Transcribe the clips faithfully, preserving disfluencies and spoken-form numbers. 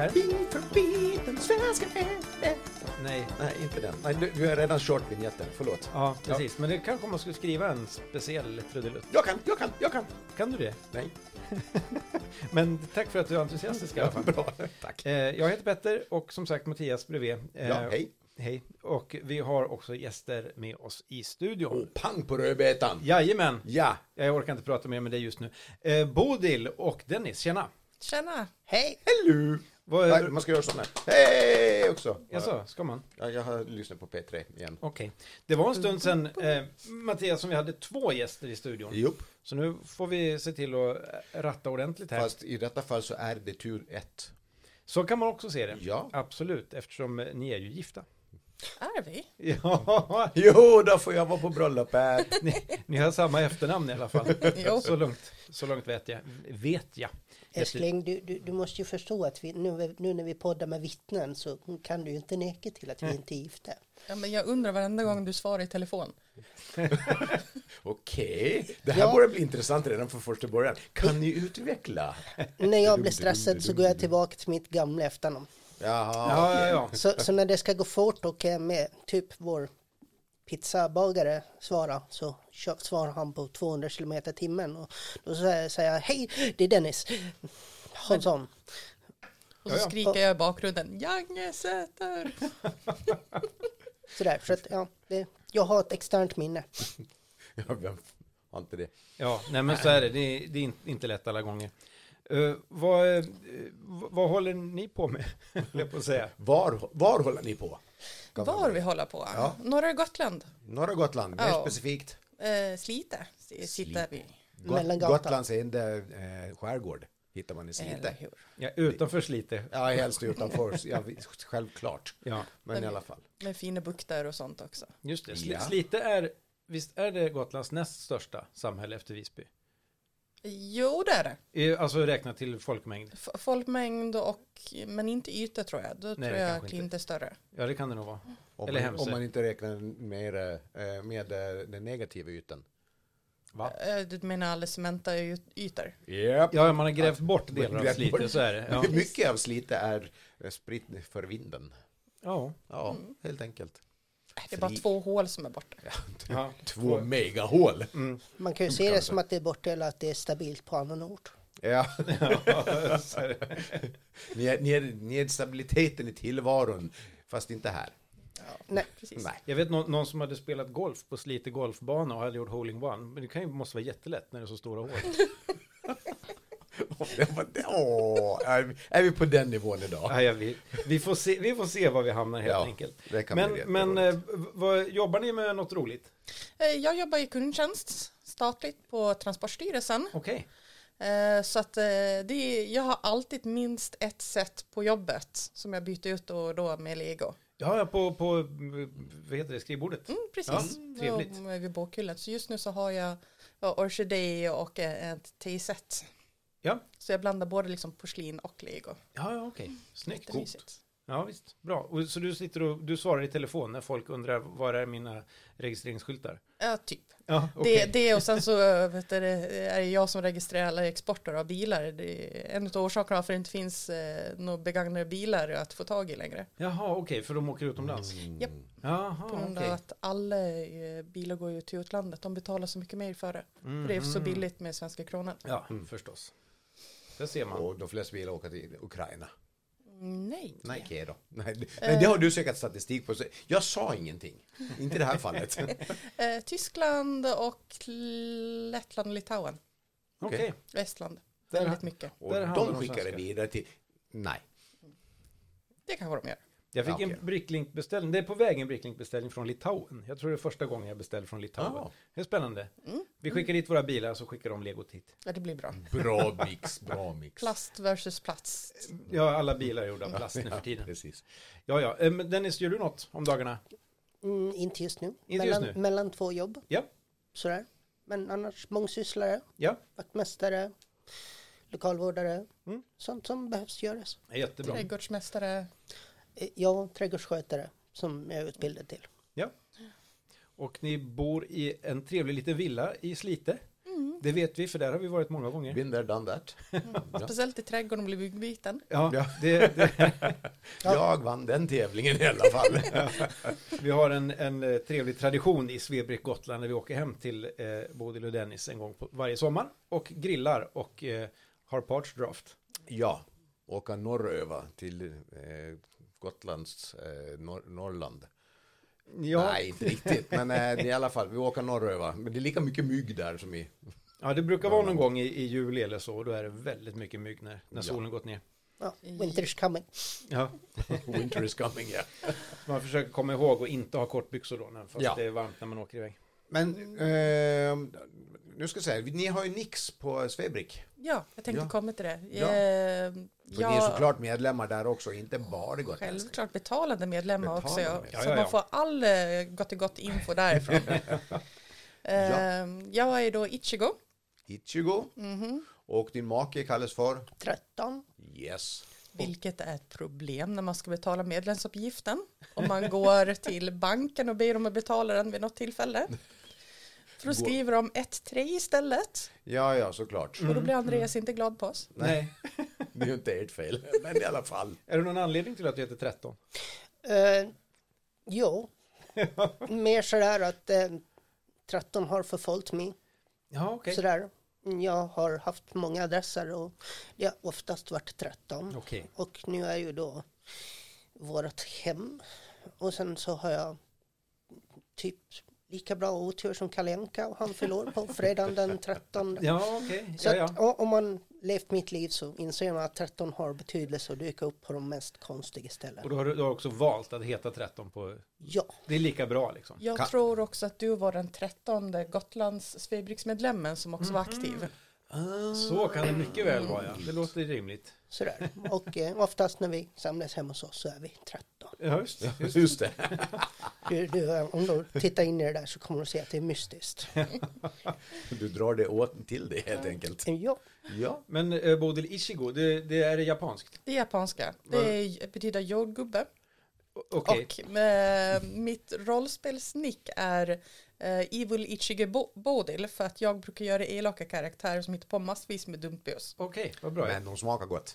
här. Förbi den svenska. Nej. Nej, inte den. Nej, du, du är redan short vignetten, förlåt. Ja, precis. Men det kanske man skulle skriva en speciell trudelutt. Jag kan, jag kan, jag kan. Kan du det? Nej. Men tack för att du är entusiastisk i alla fall. Bra, tack. Eh, jag heter Petter och som sagt Mattias bredvid. Eh, Ja, hej. Hej. Och vi har också gäster med oss i studion. Oh, pang på rödbetan. Jajamän. Ja. Jag orkar inte prata mer med dig just nu. Eh, Bodil och Dennis, tjena. Tjena. Hej. Hello. Vad, Nej, man ska göra sån här. Hej också. Jaså, ska man? Ja, jag har lyssnat på P tre igen. Okej. Okay. Det var en stund sedan, eh, Mattias, som vi hade två gäster i studion. Jo. Så nu får vi se till att ratta ordentligt här. Fast i detta fall så är det tur ett. Så kan man också se det. Ja. Absolut, eftersom eh, ni är ju gifta. Är vi? Ja, Jo, då får jag vara på bröllop här. ni, ni har samma efternamn i alla fall. Jo. Så långt, så långt vet jag. Vet jag. Älskling, du, du, du måste ju förstå att vi, nu, nu när vi poddar med vittnen så kan du ju inte neka till att vi inte är gifta. Ja, men jag undrar varenda gång du svarar i telefon. Okej, det här Ja. börjar bli intressant redan från första början. Kan ni utveckla? När jag blir stressad så går jag tillbaka till mitt gamla efternamn. Jaha, Ja, ja, ja. Så, så när det ska gå fort och eh, med typ vår pizzabagare svara så kö- svarar han på tvåhundra kilometer i timmen och då säger säger jag hej, det är Dennis Hansson. Och så Ja, ja. skriker jag i bakgrunden, Jangesäter! Sådär, så att ja, det, jag har ett externt minne. Ja, vem har inte det? Ja, nej men så är det. Det är, det är in- inte lätt alla gånger. Uh, vad, uh, vad håller ni på med? Jag på att säga. Var, var håller ni på? Var vi håller på? Ja. Norra Gotland. Norra Gotland, mer Ja. specifikt. Eh, Slite s- sitter vi. Got- Mellangatan. Gotlands enda eh, skärgård hittar man i Eller Slite. hur? Ja, utanför Slite. Ja, helst utanför. Ja, vi- självklart. Ja, Men i alla fall. Med fina bukter och sånt också. just det. Sli- Ja. Slite är, visst är det Gotlands näst största samhälle efter Visby? Jo, det är det. Eh, Alltså räknat till folkmängd. F- folkmängd och, men inte yta tror jag. Då Nej, tror det jag kanske Klint inte. är större. Ja, det kan det nog vara. Om Eller man, hemsö. om man inte räknar med, eh, med eh, den negativa ytan. Va? Eh, Du menar alla cementa yt- ytor? Yep. Ja, man har grävt bort delar av Grävt Slite, bort. så är det. Ja, Mycket av Slite är eh, spritt för vinden. ja. Ja, helt enkelt. Det är bara Fri- två hål som är borta. ja. Två megahål. Man kan ju se det som att det är borta eller att det är stabilt på annan ort. Ja. Ja, så är det. Ni är, ni, är, ni är stabiliteten i tillvaron, fast inte här. Nej, Precis. Nej. Jag vet någon, någon som hade spelat golf på Slite golfbana och hade gjort hole-in-one. Men det kan ju, måste vara jättelätt när det är så stora hål. Det var, åh, är, vi- är vi på den nivån idag? Ja, ja, vi, vi, får se, vi får se var vi hamnar helt Ja, enkelt. det kan Men, bli men jätteroligt. eh, vad, jobbar ni med något roligt? Eh, Jag jobbar i kundtjänst statligt på Transportstyrelsen. Okej. Eh, Så att eh, det är, jag har alltid minst ett sätt på jobbet som jag byter ut och då med Lego. Ja, ja, på, på vad heter det, skrivbordet. Mm, precis. Ja, trevligt. Då är vi bokhyllan. Så just nu så har jag ja, orkidé och eh, ett teset. Ja, Så jag blandar både liksom porslin och Lego. ja, ja okej. Snyggt. Jättemysigt. Ja, visst. Bra. Och, så du sitter och du svarar i telefon när folk undrar var är mina registreringsskyltar? Ja, typ. Ja, okej. Det, det och sen så vet du, det är det jag som registrerar alla exporter av bilar. Det är en av orsakerna varför det inte finns eh, några begagnade bilar att få tag i längre. Jaha, okej, för de åker utomlands. Japp. Jaha, På grund okej. av att alla eh, bilar går ju till utlandet. De betalar så mycket mer för det. Mm, För det är så mm. billigt med svenska kronan. Ja, förstås. Det ser man. Och de flesta bilar åker till Ukraina. Mm, Nej. Nej, okej då. Nej, det, men det har du säkert statistik på. Så jag sa ingenting. Inte i det här fallet. Eh, Tyskland och Lettland och Litauen. Okej. Estland. Där- Väldigt mycket. Och Där handlar de de skickar det svenska. vidare till... Nej. Det kanske de gör. Jag fick Ja, okej. en Bricklink-beställning. Det är på väg en Bricklink-beställning från Litauen. Jag tror det är första gången jag beställer från Litauen. Ja. Det är spännande. Mm. Vi skickar dit våra bilar så skickar de legot hit. Ja, det blir bra. Bra mix, bra mix. Plast versus plast. Ja, alla bilar är gjorda av plast nu för tiden. Precis. Ja, ja. Eh, men Dennis, gör du något om dagarna? mm, inte just nu. Inte mellan, just nu? mellan två jobb. Ja. Sådär. Men annars mångsysslare, Ja, vaktmästare, lokalvårdare. Mm. Sånt som behövs göras. det är jättebra. Trädgårdsmästare. Eh, Jag trädgårdsskötare som jag är utbildad till. Ja. Och ni bor i en trevlig liten villa i Slite. Det vet vi, för där har vi varit många gånger. Been there, done that. Ja. Speciellt i trädgården och blir byggbiten. Ja, Ja. det, det, Jag vann den tävlingen i alla fall. vi har en, en eh, trevlig tradition i Svebrick Gotland när vi åker hem till eh, Bodil och Dennis en gång på varje sommar och grillar och eh, har parts draft. Ja, åka norröver till eh, Gotlands eh, nor- Norrland. Ja, Nej, inte riktigt, men eh, det är i alla fall, vi åker norröver. Men det är lika mycket mygg där som i... ja, det brukar vara någon gång i, i juli eller så, och då är det väldigt mycket mygg när, när Ja. solen gått ner. Ja, winter's coming. Ja, Winter is coming, ja. man försöker komma ihåg att inte ha kortbyxor då, när- fast Ja. det är varmt när man åker iväg. Men, eh, nu ska jag säga, ni har ju Nix på Svebrick. Ja, jag tänkte Ja. komma till det. Ja. Eh, För ni är såklart medlemmar där också, inte bara gotländska. Självklart betalande medlemmar Betalande också. Ja. medlemmar. Så Ja, ja, ja. man får all eh, gott och gott info därifrån. eh, Jag är då Ichigo. Ichigo. Mhm. Och din make kallas för? tretton. Yes. Vilket är ett problem när man ska betala medlemsuppgiften. Om man går till banken och ber om att betala den vid något tillfälle. För då skriver de ett tre istället. Ja, ja, såklart. Och då blir Andreas inte glad på oss. Nej. Det är ju inte ert fel, men i alla fall. Är det någon anledning till att du heter tretton? Uh, jo, mer sådär att eh, tretton har förföljt mig. Ja, okej. Sådär. Jag har haft många adresser och det har oftast varit tretton. Okej. Och nu är ju då vårt hem. Och sen så har jag typ lika bra otur som Kalenka och han fyller år på fredagen den trettonde. Ja, okej. Så Ja, att, ja. och, om man levt mitt liv så inser man att tretton har betydelse och dyker upp på de mest konstiga ställen. Och då har du, du har också valt att heta tretton på... Ja, Det är lika bra liksom. Jag Ka- tror också att du var den trettonde Gotlands Svebriksmedlemmen som också var aktiv. Så kan det mycket väl vara, ja. Det låter rimligt. sådär. Och eh, oftast när vi samlas hemma hos oss så är vi tretton. Ja, just, just. Just det. Du, du, om du tittar in i det där så kommer du se att det är mystiskt. Du drar det åt till det helt enkelt. Ja, Ja. Men eh, Bodil Ichigo, det, det är japanskt. Det är japanska. Det är, betyder jordgubbe. O- Okej. Och eh, mitt rollspelsnick är eh, Evil Ichigo Bo- Bodil för att jag brukar göra elaka karaktärer som hittar på massvis med dumpbus. Okej, vad bra. Men de smakar gott.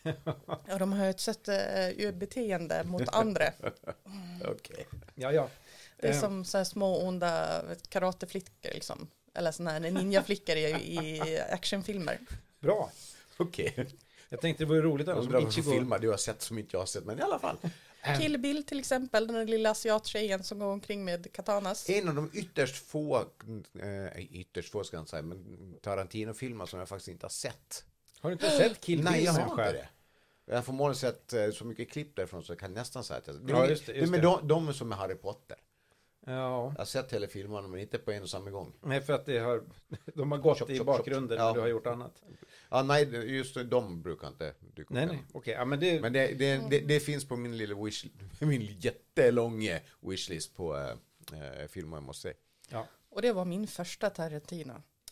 Och de har ett sätt eh, beteende mot andra. Okej. Ja, ja. Det är Eh, som så här små onda karateflickor liksom. Eller sådana här ninjaflickor i, i actionfilmer. Bra. Okej. Jag tänkte det vore roligt Jag annars undrar om vad för Ichigo... filmer du har sett som inte jag har sett, men i alla fall. Kill Bill till exempel, den där lilla asiattjejen som går omkring med katanas. En av de ytterst få, äh, ytterst få ska jag inte säga, men Tarantino-filmer som jag faktiskt inte har sett. Har du inte sett Kill Nej, Bill jag har sen inte själv? det. Jag har förmodligen sett eh, så mycket klipp därifrån så jag kan nästan säga att jag... Det är Ja, med- just det, det är just med det. de, de som är Harry Potter. Ja, Jag har sett hela filmerna men inte på en och samma gång. nej för att det har, de har gått Chop, i chop, bakgrunden chop. Ja. när du har gjort annat. Ja, nej, just de brukar inte dyka upp. Nej, nej, okej. Ja, men det... Men det, det, det, det finns på min lilla wish, min jättelånga wishlist på äh, filmer jag måste se. Ja. Och det var min första Tarantino.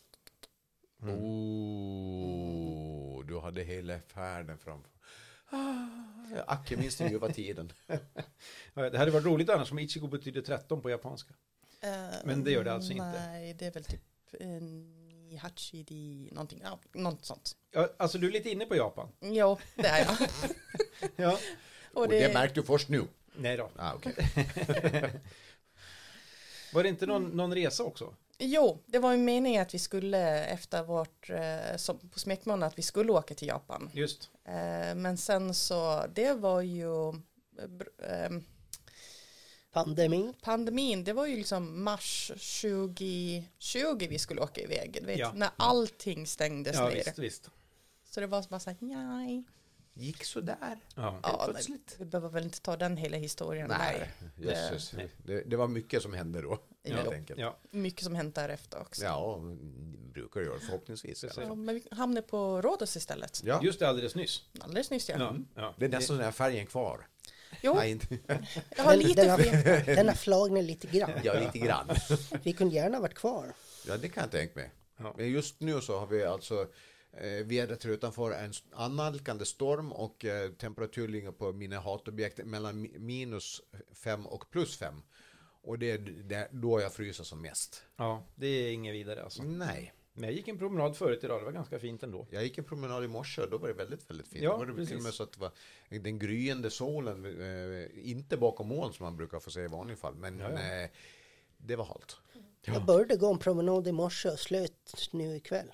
Mm. Oh, du hade hela färden framför. Ah, Acke minns den ljuva tiden. Ja, det hade varit roligt annars om Ichigo betyder tretton på japanska. Men det gör det alltså inte. Nej, det är väl typ eh, Nihachi di någonting, ja, något sånt. Ja, alltså du är lite inne på Japan. Jo, det är jag. Ja. Och Och det märkte du först nu. Nej då. Ah, okay. Var det inte någon, någon resa också? Jo, det var ju meningen att vi skulle efter vårt, eh, som på smekmånad, att vi skulle åka till Japan. Just. Eh, men sen så, det var ju eh, pandemin. pandemin, det var ju liksom mars tjugo tjugo vi skulle åka iväg. Du vet, Ja. när allting stängdes Ja, ner. visst, visst. Så det var bara så här, nej. Gick så där. Ja. Ja, nej, plötsligt. vi behöver väl inte ta den hela historien Nej, där. jösses. Nej. Det, det var mycket som hände då. Helt Ja. enkelt. Ja. Mycket som hänt därefter också. Ja, brukar göra förhoppningsvis. i alla Ja, fall. men vi hamnade på Rhodos istället. Ja, Just det, alldeles nyss. Alldeles nyss, ja. Ja. Ja. det är nästan den här färgen kvar. Jo, Nej, inte. jag har Den, lite den, har, fel. den har flagnat lite grann. Ja, lite grann. Vi kunde gärna varit kvar. Ja, det kan jag tänka mig. Ja. Men just nu så har vi alltså eh, vädret utanför en annalkande storm och eh, temperatur ligger på mina hatobjekt mellan mi- minus fem och plus fem. Och det är det, då jag fryser som mest. Ja, det är inget vidare alltså. Nej. Men jag gick en promenad förut idag, det var ganska fint ändå. Jag gick en promenad i morse och då var det väldigt, väldigt fint. Ja, då var det precis. till och med så att det var den gryende solen, eh, inte bakom moln som man brukar få se i vanliga fall, men Ja, ja. Eh, det var halt. Jag började gå en promenad i morse och slut nu ikväll.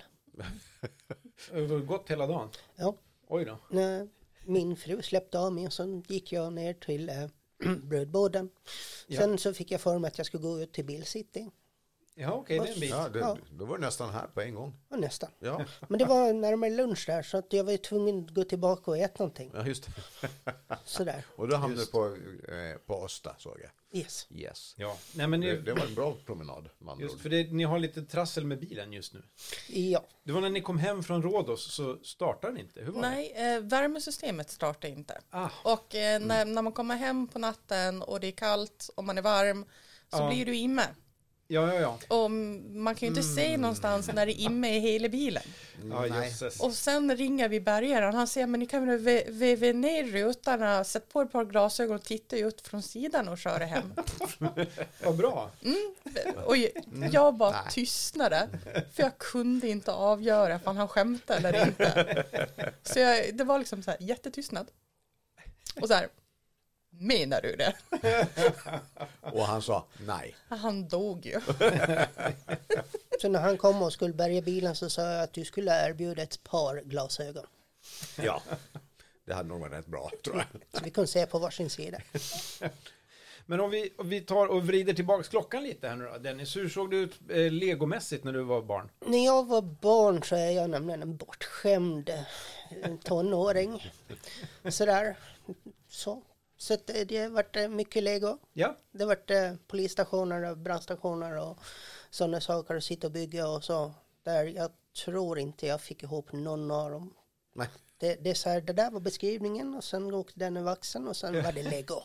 Det har gått hela dagen. Ja, Oj då. när min fru släppte av mig och så gick jag ner till eh, brödbåden. Ja. Sen så fick jag för mig att jag skulle gå ut till Bilcity. Ja, okej, det är en bit. Ja, det, Ja. då var det nästan här på en gång. Och nästan. Ja, Men det var närmare lunch där så att jag var ju tvungen att gå tillbaka och äta någonting. ja just det. Sådär. Och då hamnade du på, eh, på Östa, såg jag. Yes. Yes. Ja, nej men Det, det, det var en bra promenad, man just för det, ni har lite trassel med bilen just nu. Ja. Det var när ni kom hem från Rhodos så startade ni inte. Hur var Nej, eh, värmesystemet startar inte. det? Ah, Och eh, när, när man kommer hem på natten och det är kallt och man är varm så Ja. blir du imme. ja, ja, ja. Och man kan ju inte se någonstans när det är imme i hela bilen. Ja, Nej. jösses. Och sen ringer vi bärgaren. Han säger, men ni kan väl ve- veva ner rutorna, sätt på ett par glasögon och titta ut från sidan och köra hem. Vad bra. Och jag bara Nej. tystnade. För jag kunde inte avgöra om han skämtade eller inte. Så jag, det var liksom så här jättetystnad. Och så här, menar du det? Och han sa nej. Han dog ju. Så när han kom och skulle bärga bilen så sa jag att du skulle erbjuda ett par glasögon. Ja, det hade nog varit rätt bra, tror jag. Så vi kunde se på varsin sida. Men om vi, om vi tar och vrider tillbaks klockan lite här nu då. Dennis, hur såg du ut eh, legomässigt när du var barn? När jag var barn så är jag nämligen en bortskämd eh, tonåring. Sådär. Så. Så att det det har varit eh, mycket lego. Ja, Det har varit eh, polisstationer och brandstationer och sådana saker att sitta och bygga och så. Där jag tror inte jag fick ihop någon av dem. Nej. Det, det, är så här, det där var beskrivningen och sen åkte den i vaxen och sen var det lego.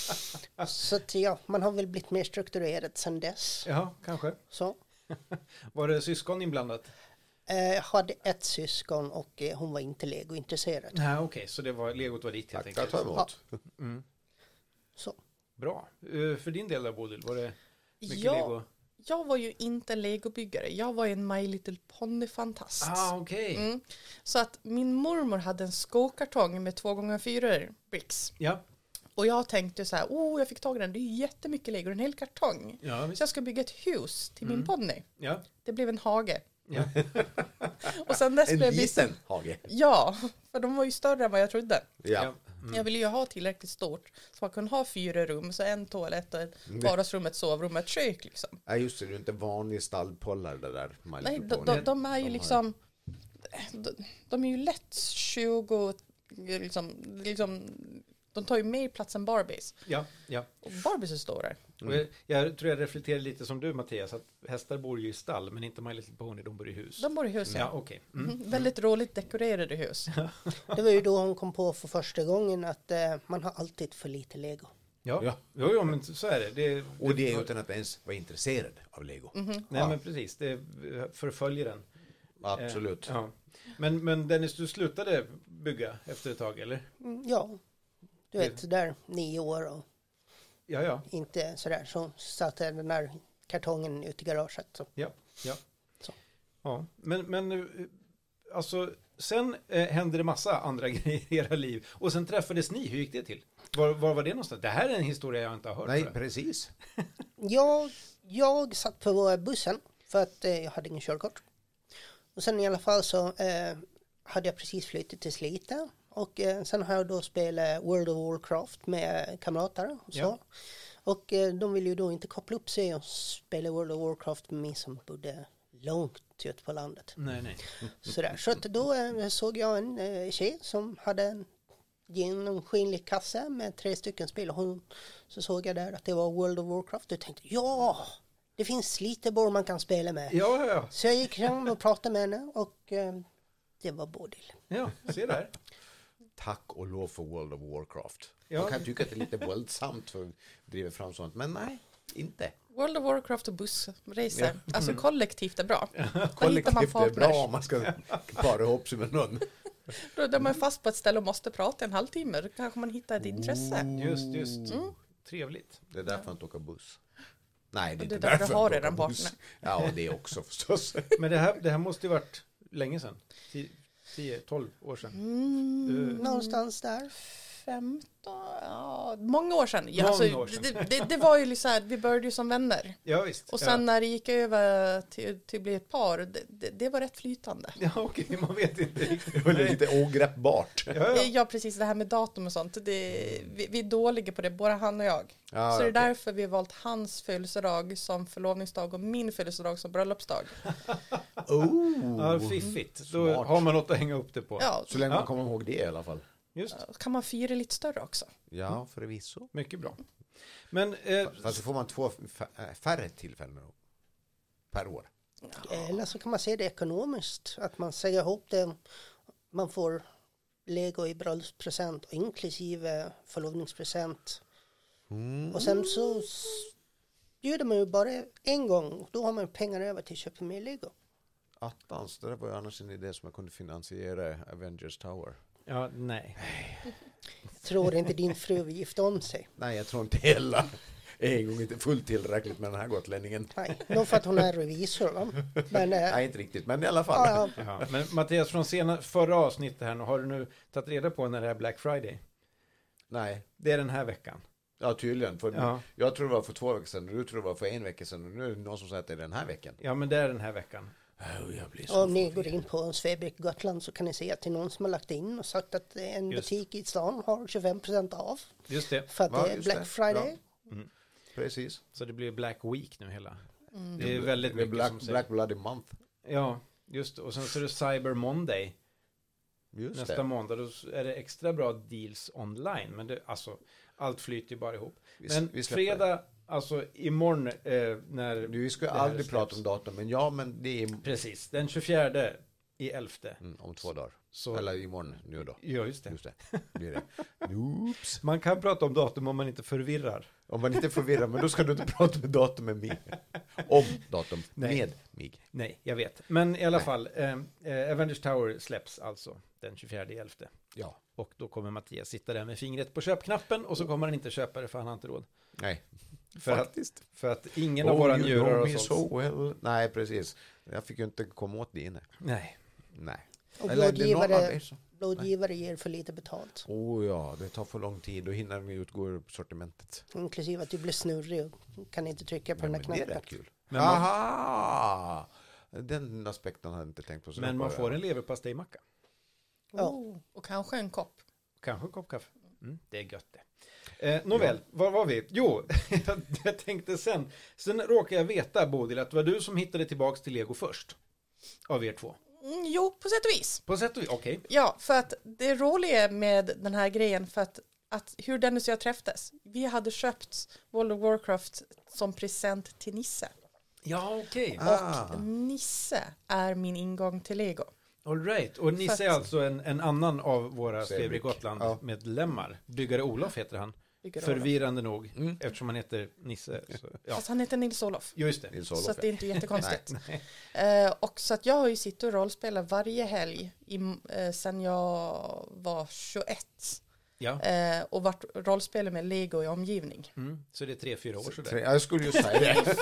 Så att, ja, man har väl blivit mer strukturerad sen dess. ja, kanske. Så. Var det syskon inblandat? Eh, Jag hade ett syskon och eh, hon var inte legointresserad. Nej, okej, så det var, legot var ditt helt Tackar, enkelt. ta emot. Mm. Så. Bra. Eh, för din del då, Bodil, var det mycket Ja. lego? Jag var ju inte legobyggare. Jag var ju en My Little Pony-fantast. Ah, okej. Mm. Så att min mormor hade en skokartong med två gånger fyra bricks. Ja, Och jag tänkte så här, oh jag fick tag i den, det är jättemycket lego, en hel kartong. ja, Så visst. jag ska bygga ett hus till min Mm. ponny. Ja, Det blev en hage. ja. Och sen dess En blev det... liten hage. Ja, för de var ju större än vad jag trodde. Ja. ja. Mm. Jag ville ju ha tillräckligt stort så man kunde ha fyra rum, så en toalett och ett vardagsrum, ett sovrum, ett kök liksom. Ja, just det, det är inte vanlig stallpollar det där. My Nej, Little de, Pony. de, de är ju har- liksom, de, de är ju lätt tjugo, liksom, liksom, de tar ju mer plats än Barbies. ja, ja. Och Barbies är stora. Och jag, jag tror jag reflekterar lite som du, Mattias, att hästar bor ju i stall, men inte My Little Pony, de bor i hus. De bor i hus, Ja, ja. okej. Mm. Mhm. Väldigt roligt dekorerade hus. Det var ju då hon kom på för första gången att eh, man har alltid för lite lego. Ja, Ja. Jo, jo, men så är det. det Och det är utan att ens vara intresserad av lego. Mhm. Nej, Ja. men precis. Det förföljer den. Absolut. Eh, ja. Men, men Dennis, du slutade bygga efter ett tag, eller? Mm, ja, du vet där nio år och Ja, ja. inte sådär. Så satte den där kartongen ut i garaget. Så. Ja, ja. Så. Ja, men, men eh, alltså, sen eh, hände det massa andra grejer i era liv. Och sen träffades ni. Hur gick det till? Var, var var det någonstans? Det här är en historia jag inte har hört. Nej, tror jag. precis. Jag, jag satt på bussen för att eh, jag hade ingen körkort. Och sen i alla fall så eh, hade jag precis flyttat till Slite. Och eh, sen har jag då spelat World of Warcraft med kamrater. Och, så. Ja. Och eh, de ville ju då inte koppla upp sig och spela World of Warcraft med mig som bodde långt ut på landet. Nej, nej. Sådär. Så att då eh, såg jag en eh, tjej som hade en genomskinlig kasse med tre stycken spel. Och hon, så såg jag där att det var World of Warcraft. Och tänkte, ja, det finns lite bor man kan spela med. Ja, ja, ja. Så jag gick fram och pratade med henne och eh, det var Bodil. Ja, se där. Tack och lov för World of Warcraft. Ja. Man kan tycka att det är lite våldsamt för att driva fram sånt, men nej, inte. World of Warcraft och bussresor. Alltså kollektivt är bra. Då hittar man Kollektivt är bra partners. om man ska para ihop sig med någon. Då är man fast på ett ställe och måste prata en halvtimme. Då kanske man hittar ett intresse. Just, just. Mm. Trevligt. Det är därför man inte åker buss. Nej, det är Det är inte därför därför du har de redan plockar mus. partner. Ja, det är också förstås. Men det här, det här måste ju varit länge sedan. tio tolv år sedan. Mm, Eh. Någonstans där. femton, ja, många år sedan. Ja, Många alltså, år sedan. Det, det, det var ju liksom så här, vi började ju som vänner. Ja, visst. Och sen när det gick över till, till att bli ett par, det, det, det var rätt flytande. Ja, ja okej, man vet inte riktigt. Det var lite ogreppbart. Ja, ja. Ja, precis, det här med datum och sånt. Det, vi, vi är dåliga på det, både han och jag. Ja, så det är okej. därför vi har valt hans födelsedag som förlovningsdag och min födelsedag som bröllopsdag. Oh, Ja, fiffigt. Då Smart. har man något att hänga upp det på. Ja, så länge Ja. man kommer ihåg det i alla fall. Just, kan man fira lite större också. Ja, förvisso. mycket bra. Men, eh, Fast så får man två f- färre tillfällen per år. Eller så kan man se det ekonomiskt. Att man säger ihop det. Man får lego i bröllopspresent inklusive förlovningspresent. Mm. Och sen så s- bjuder man ju bara en gång. Då har man pengar över till att köpa mer lego. Attans, det där var ju annars en idé som jag kunde finansiera Avengers Tower. ja, nej. Tror inte din fru vill gifta om sig. Nej, jag tror inte heller. En gång inte fullt tillräckligt med den här gotlänningen. Nej, nog för att hon är revisor. Va? Men, eh, Nej, inte riktigt, men i alla fall. ja, ja. Ja, men Mattias, från sena, förra avsnittet här nu, har du nu tagit reda på när det är Black Friday? Nej, Det är den här veckan. ja tydligen. För Ja. Jag tror det var för två veckor sedan, du tror det var för en vecka sedan, och nu är det någon som säger att det är den här veckan. Ja, men det är den här veckan. Oh, jag blir Och om ni går in på Svebrick Gotland så kan ni se att det är någon som har lagt in och sagt att en Just. butik i stan har tjugofem procent av. Just det. För att Ja, det är just Black det. Friday. Precis. Så det blir Black Week nu hela. Mm. Det är väldigt Det är mycket Black, som säger. Black Bloody Month. Ja, just det. Och sen så är det Cyber Monday. Just Nästa det. måndag då är det extra bra deals online. Men det, alltså, allt flyter ju bara ihop. Vi, Men vi släpper. fredag, alltså imorgon eh, när... Du, vi ska det här aldrig släpps. prata om datum, men ja, men det är Precis, den tjugofjärde i elfte. mm, om två dagar. Så, Eller imorgon nu då. ja, just det. Just det. Det är det. Oops. Man kan prata om datum om man inte förvirrar. Om man inte förvirrar, men då ska du inte prata med datum med mig. Om datum Nej. med mig. Nej, jag vet. Men i alla Nej. fall, eh, eh, Avengers Tower släpps alltså den tjugofjärde i elfte. Ja. Och då kommer Mattias sitta där med fingret på köpknappen och så kommer han inte köpa det för han har inte råd. Nej. För att, Faktiskt. för att ingen av våra you njurar know har me sålts. so well. Nej, precis. Jag fick ju inte komma åt dina. Nej. Nej. Och Eller det är någon av blodgivare, er som... blodgivare ger för lite betalt. Oh ja, det tar för lång tid. Då hinner de utgå ur sortimentet. Inklusive att du blir snurrig och kan inte trycka på Men, den här men det är knappen. rätt kul. Men man, Aha! Den aspekten har jag inte tänkt på. Så men då man bara- får en leverpastejmacka. Ja. Oh, och kanske en kopp. Kanske en kopp kaffe. Mm, det är gött det. Eh, nåväl, var var vi? Jo, jag tänkte sen. Sen råkar jag veta, Bodil, att det var du som hittade tillbaks till Lego först. Av er två. Mm, jo, på sätt och vis. På sätt och vis, okej. Ja, för att det roliga med den här grejen, för att, att hur Dennis och jag träffades. Vi hade köpt World of Warcraft som present till Nisse. Ja, okej. Ah. Och Nisse är min ingång till Lego. All right. Och Nisse För är att- alltså en, en annan av våra Svebrick. Svebrick Gotland Ja. medlemmar. Byggare Olof heter han. Bygger Förvirrande nog, Mm. eftersom han heter Nisse. Så, ja, Fast han heter Nils-Olof. just det. Nils Olof, Så att det är inte jättekonstigt. Nej. Eh, och så att jag har ju suttit och rollspelat varje helg i, eh, sen jag var tjugoett. Ja. Eh, och varit rollspelare med Lego i omgivning. Mm. Så det är tre, fyra år sådär. Tre- Jag skulle ju säga det.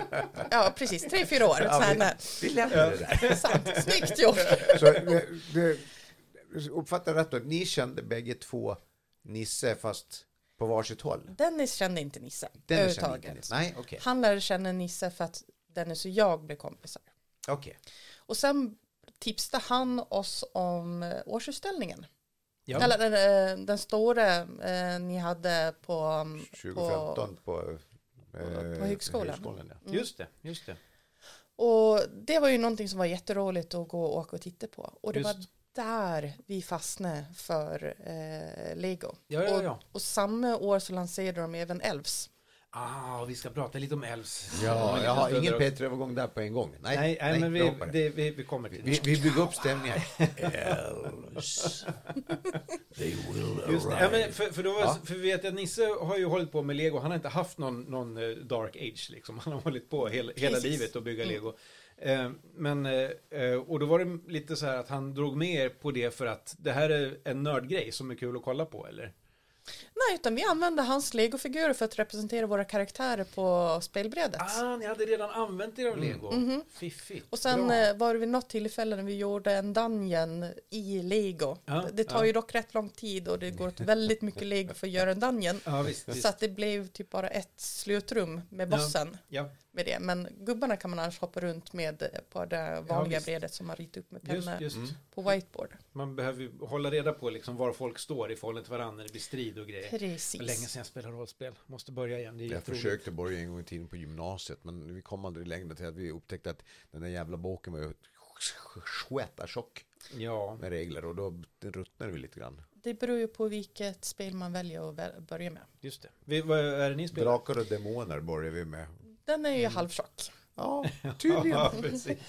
Ja, precis. Tre, fyra år. Så här, vi- nej, Vi lämnar det där. sant. Snyggt gjort. Så det, det, uppfattar rätt då, ni kände bägge två Nisse fast på varsitt håll? Dennis kände inte Nisse Den kände inte överhuvudtaget. Nisse. Nej, okej. Han lärde känna Nisse för att Dennis och jag blev kompisar. Okej. Och sen tipsade han oss om eh, årsutställningen. Ja. Eller den, eh, den stora eh, ni hade på, mm, tjugo femton på, eh, på högskolan. högskolan ja. Just det, just det. Och det var ju någonting som var jätteroligt att gå och åka och titta på. Och det Just. var där vi fastnade för eh, Lego. Ja, ja, och, ja. och samma år så lanserade de även Elves. Ah, vi ska prata lite om Elves. Ja, jag har Just ingen det. P tre-övergång där på en gång. Nej, Nej, nej, men vi vi, hoppar det. det, vi, vi kommer till det. Vi, vi bygger upp stämningen. Elves. They will Just det. Ja, men för, för, då var, Ja. för vi vet att Nisse har ju hållit på med Lego. Han har inte haft någon, någon eh, dark age liksom. Han har hållit på hela, hela Precis. livet att bygga Mm. Lego. Eh, men, eh, och då var det lite så här att han drog med er på det för att det här är en nördgrej som är kul att kolla på, eller? Nej, utan vi använde hans legofigurer för att representera våra karaktärer på spelbrädet. Ah, ni hade redan använt er av Lego. Mhm. Fiffigt. Och sen Bra. eh, var det vid något tillfälle när vi gjorde en dungeon i Lego. Ja, det, det tar ja. ju dock rätt lång tid och det går åt väldigt mycket Lego för att göra en dungeon. Ja, visst, visst. Så att det blev typ bara ett slutrum med bossen Ja, med det. Men gubbarna kan man annars hoppa runt med på det vanliga visst. brädet som man ritar upp med just, penna just. på whiteboard. Man behöver ju hålla reda på liksom var folk står i förhållande till varandra när det blir strid och grejer. Precis. Det var länge sedan jag spelade rollspel. Måste börja igen. Det är Jag jätteroligt. försökte börja en gång i tiden på gymnasiet, men vi kom aldrig längre till att vi upptäckte att den där jävla boken var ju skvättartjock Ja, med regler och då ruttnade vi lite grann. Det beror ju på vilket spel man väljer att väl- börja med. just det. Vi, vad är det ni spelar? Drakar och demoner börjar vi med. Den är ju halvtjock. Ja, tydligen. Ja, precis.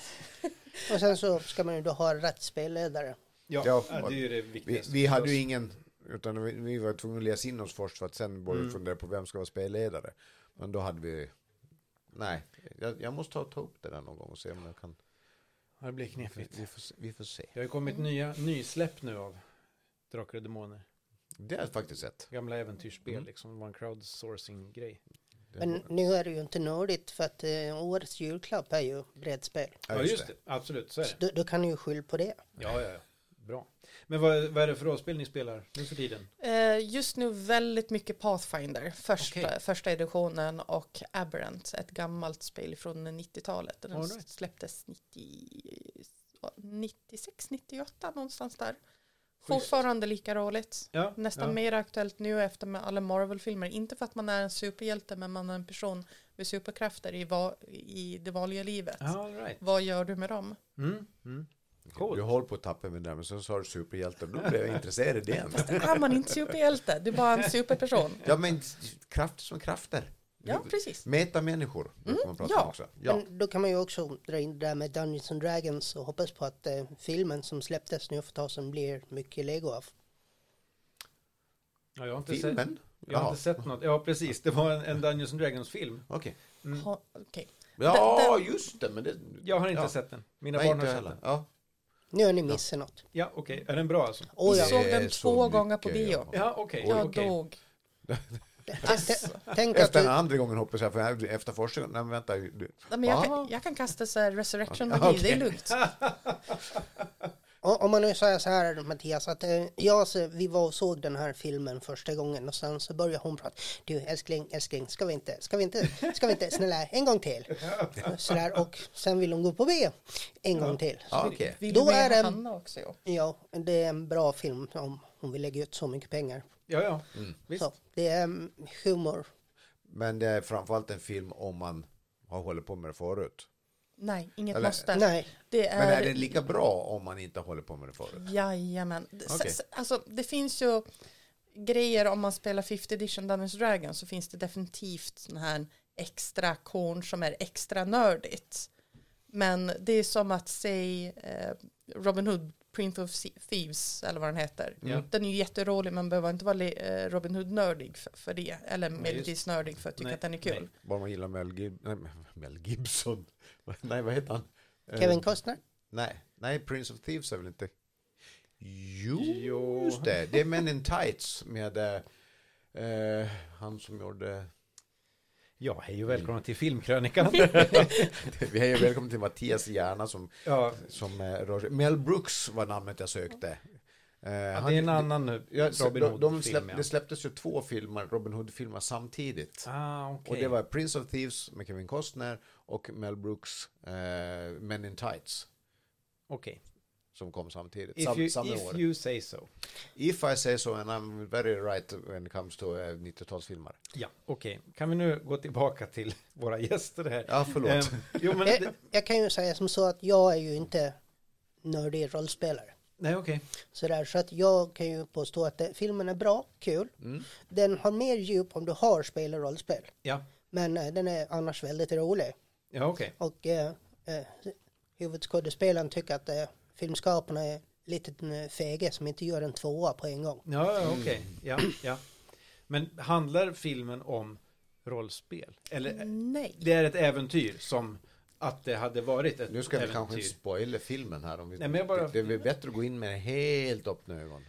Och sen så ska man ju då ha rätt spelledare. Ja, Ja, ja, det är ju det Vi, viktigaste. vi hade förstås. ju ingen, utan vi, vi var tvungna att läsa in oss först för att sen börja Mm. fundera på vem ska vara spelledare. Men då hade vi, nej, jag, jag måste ta, ta upp det där någon gång och se om jag kan. Ja, det blir knepigt. Vi får, se- vi får se. Det har ju kommit nya nysläpp nu av Drakar och Demoner. Det är faktiskt ett. Gamla äventyrsspel Mm. liksom. Det var en crowdsourcing-grej. Det Men var- nu är det ju inte nördigt för att eh, årets julklapp är ju brädspel. Ja, just det. Absolut, så är Så det. då, då kan ni ju skylla på det. Ja, ja, ja. Bra. Men vad, vad är det för rollspel ni spelar nu för tiden? Eh, just nu väldigt mycket Pathfinder, första, Okej. första editionen, och Aberrant, ett gammalt spel från nittiotalet. Den All right. släpptes nittio, nittiosex, nittioåtta någonstans där. Fortfarande lika roligt. Ja, Nästan ja. mer aktuellt nu efter med alla Marvel-filmer. Inte för att man är en superhjälte, men man är en person med superkrafter i, va- i det vanliga livet. Ja, all right. Vad gör du med dem? Mm, mm. Coolt. Du håller på att tappa mig där, men så sa du superhjälte. Då blev jag intresserad igen. Är man inte superhjälte? Du är bara en superperson. Ja, men krafter som krafter. Ja, precis. Metamänniskor brukar man prata ja. om också. Ja. Men då kan man ju också dra in det där med Dungeons and Dragons och hoppas på att eh, filmen som släpptes nu för ett tag sedan blir mycket Lego av. Ja, jag har inte sett, Filmen? jag har Jaha. inte sett något. Ja, precis. Det var en, en Dungeons and Dragons-film. Okej. Mm. Ha, okej. Ja, Den- just det. Men det Jag har inte ja. sett den. Mina Nej, barn har inte sett heller. den. Ja. Nu har ni missat något. Ja, okej. Är den bra alltså? Oh, Vi ja. såg Det är den så två gånger på mycket, bio. ja. Ja, okej. Jag okej. dog. Alltså. Tänk att Efter du, den andra gången hoppas jag, för efter första gången, nej men vänta. Du, Nej, men jag, Va? kan, jag kan kasta så här resurrection Ja, magi, det är okej. lugnt. om man nu säger så här Mattias, att eh, ja, så vi var och såg den här filmen första gången och sen så börjar hon prata. Du älskling, älskling, ska vi inte, ska vi inte, ska vi inte, snälla, en gång till. Så där, och sen vill hon gå på B en gång till. ja, okej. Vill Då du med är det- Hanna också? Jo. Ja, det är en bra film om hon vill lägga ut så mycket pengar. Ja, ja. Visst. Så, det är mm, humor. Men det är framförallt en film om man har hållit på med det förut. Nej, inget Eller- måste. Nej, Det är, Men är det lika bra om man inte håller på med det förut? Jajamän. S- Okej. s- Alltså, det finns ju grejer om man spelar fifth edition Dungeons and Dragons, så finns det definitivt sån här extra korn som är extra nördigt. Men det är som att säga eh, Robin Hood, Prince of Thieves, eller vad den heter. Ja. Den är ju jätterolig, men behöver inte vara le- eh, Robin Hood-nördig för, för det. Eller Melodies-nördig för att tycka Nej, att den är kul. nej. Bara man gillar Mel, Gib- nej, Mel Gibson. Nej, vad heter han? Kevin Eh, Costner. Nej, nej, Prince of Thieves är väl inte... Jo, Jo. just det. Det är Men in Tights med eh, eh, han som gjorde... Ja, hej och välkomna till Filmkrönikan. Vi är ju välkommen till Mattias Hjärna som, Ja, som eh, rör sig. Mel Brooks var namnet jag sökte. Eh, ja, han- det är en annan nu. Ja, Robin de, de Hood-film, släpp, ja. Det släpptes ju två filmer, Robin Hood-filmer samtidigt. Ah, okej. Och det var Prince of Thieves med Kevin Costner och Mel Brooks eh, Men in Tights Okej. som kom samtidigt. If, Sam, you, samma if år. you say so. If I say so and I'm very right when it comes to uh, nittiotalsfilmer. Ja, okej. Kan vi nu gå tillbaka till våra gäster här? Ja, förlåt. Ehm, jo, men... Jag, Det, jag kan ju säga som så att jag är ju inte nördig rollspelare. nej, okej. Så, där, så att jag kan ju påstå att det, filmen är bra, kul. Mm. Den har mer djup om du har spelat rollspel. Ja, Men eh, den är annars väldigt rolig. ja okej. Och eh, eh, huvudskådespelaren tycker att eh, filmskaparna är lite eh, fega som inte gör en tvåa på en gång. Ja, ja, okej. Ja, ja. Men handlar filmen om rollspel? Eller Nej. det är ett äventyr som att det hade varit ett Nu ska vi äventyr. kanske inte spoila filmen här. Om vi, Nej, men jag bara- det, det är väl bättre att gå in med helt öppna ögon.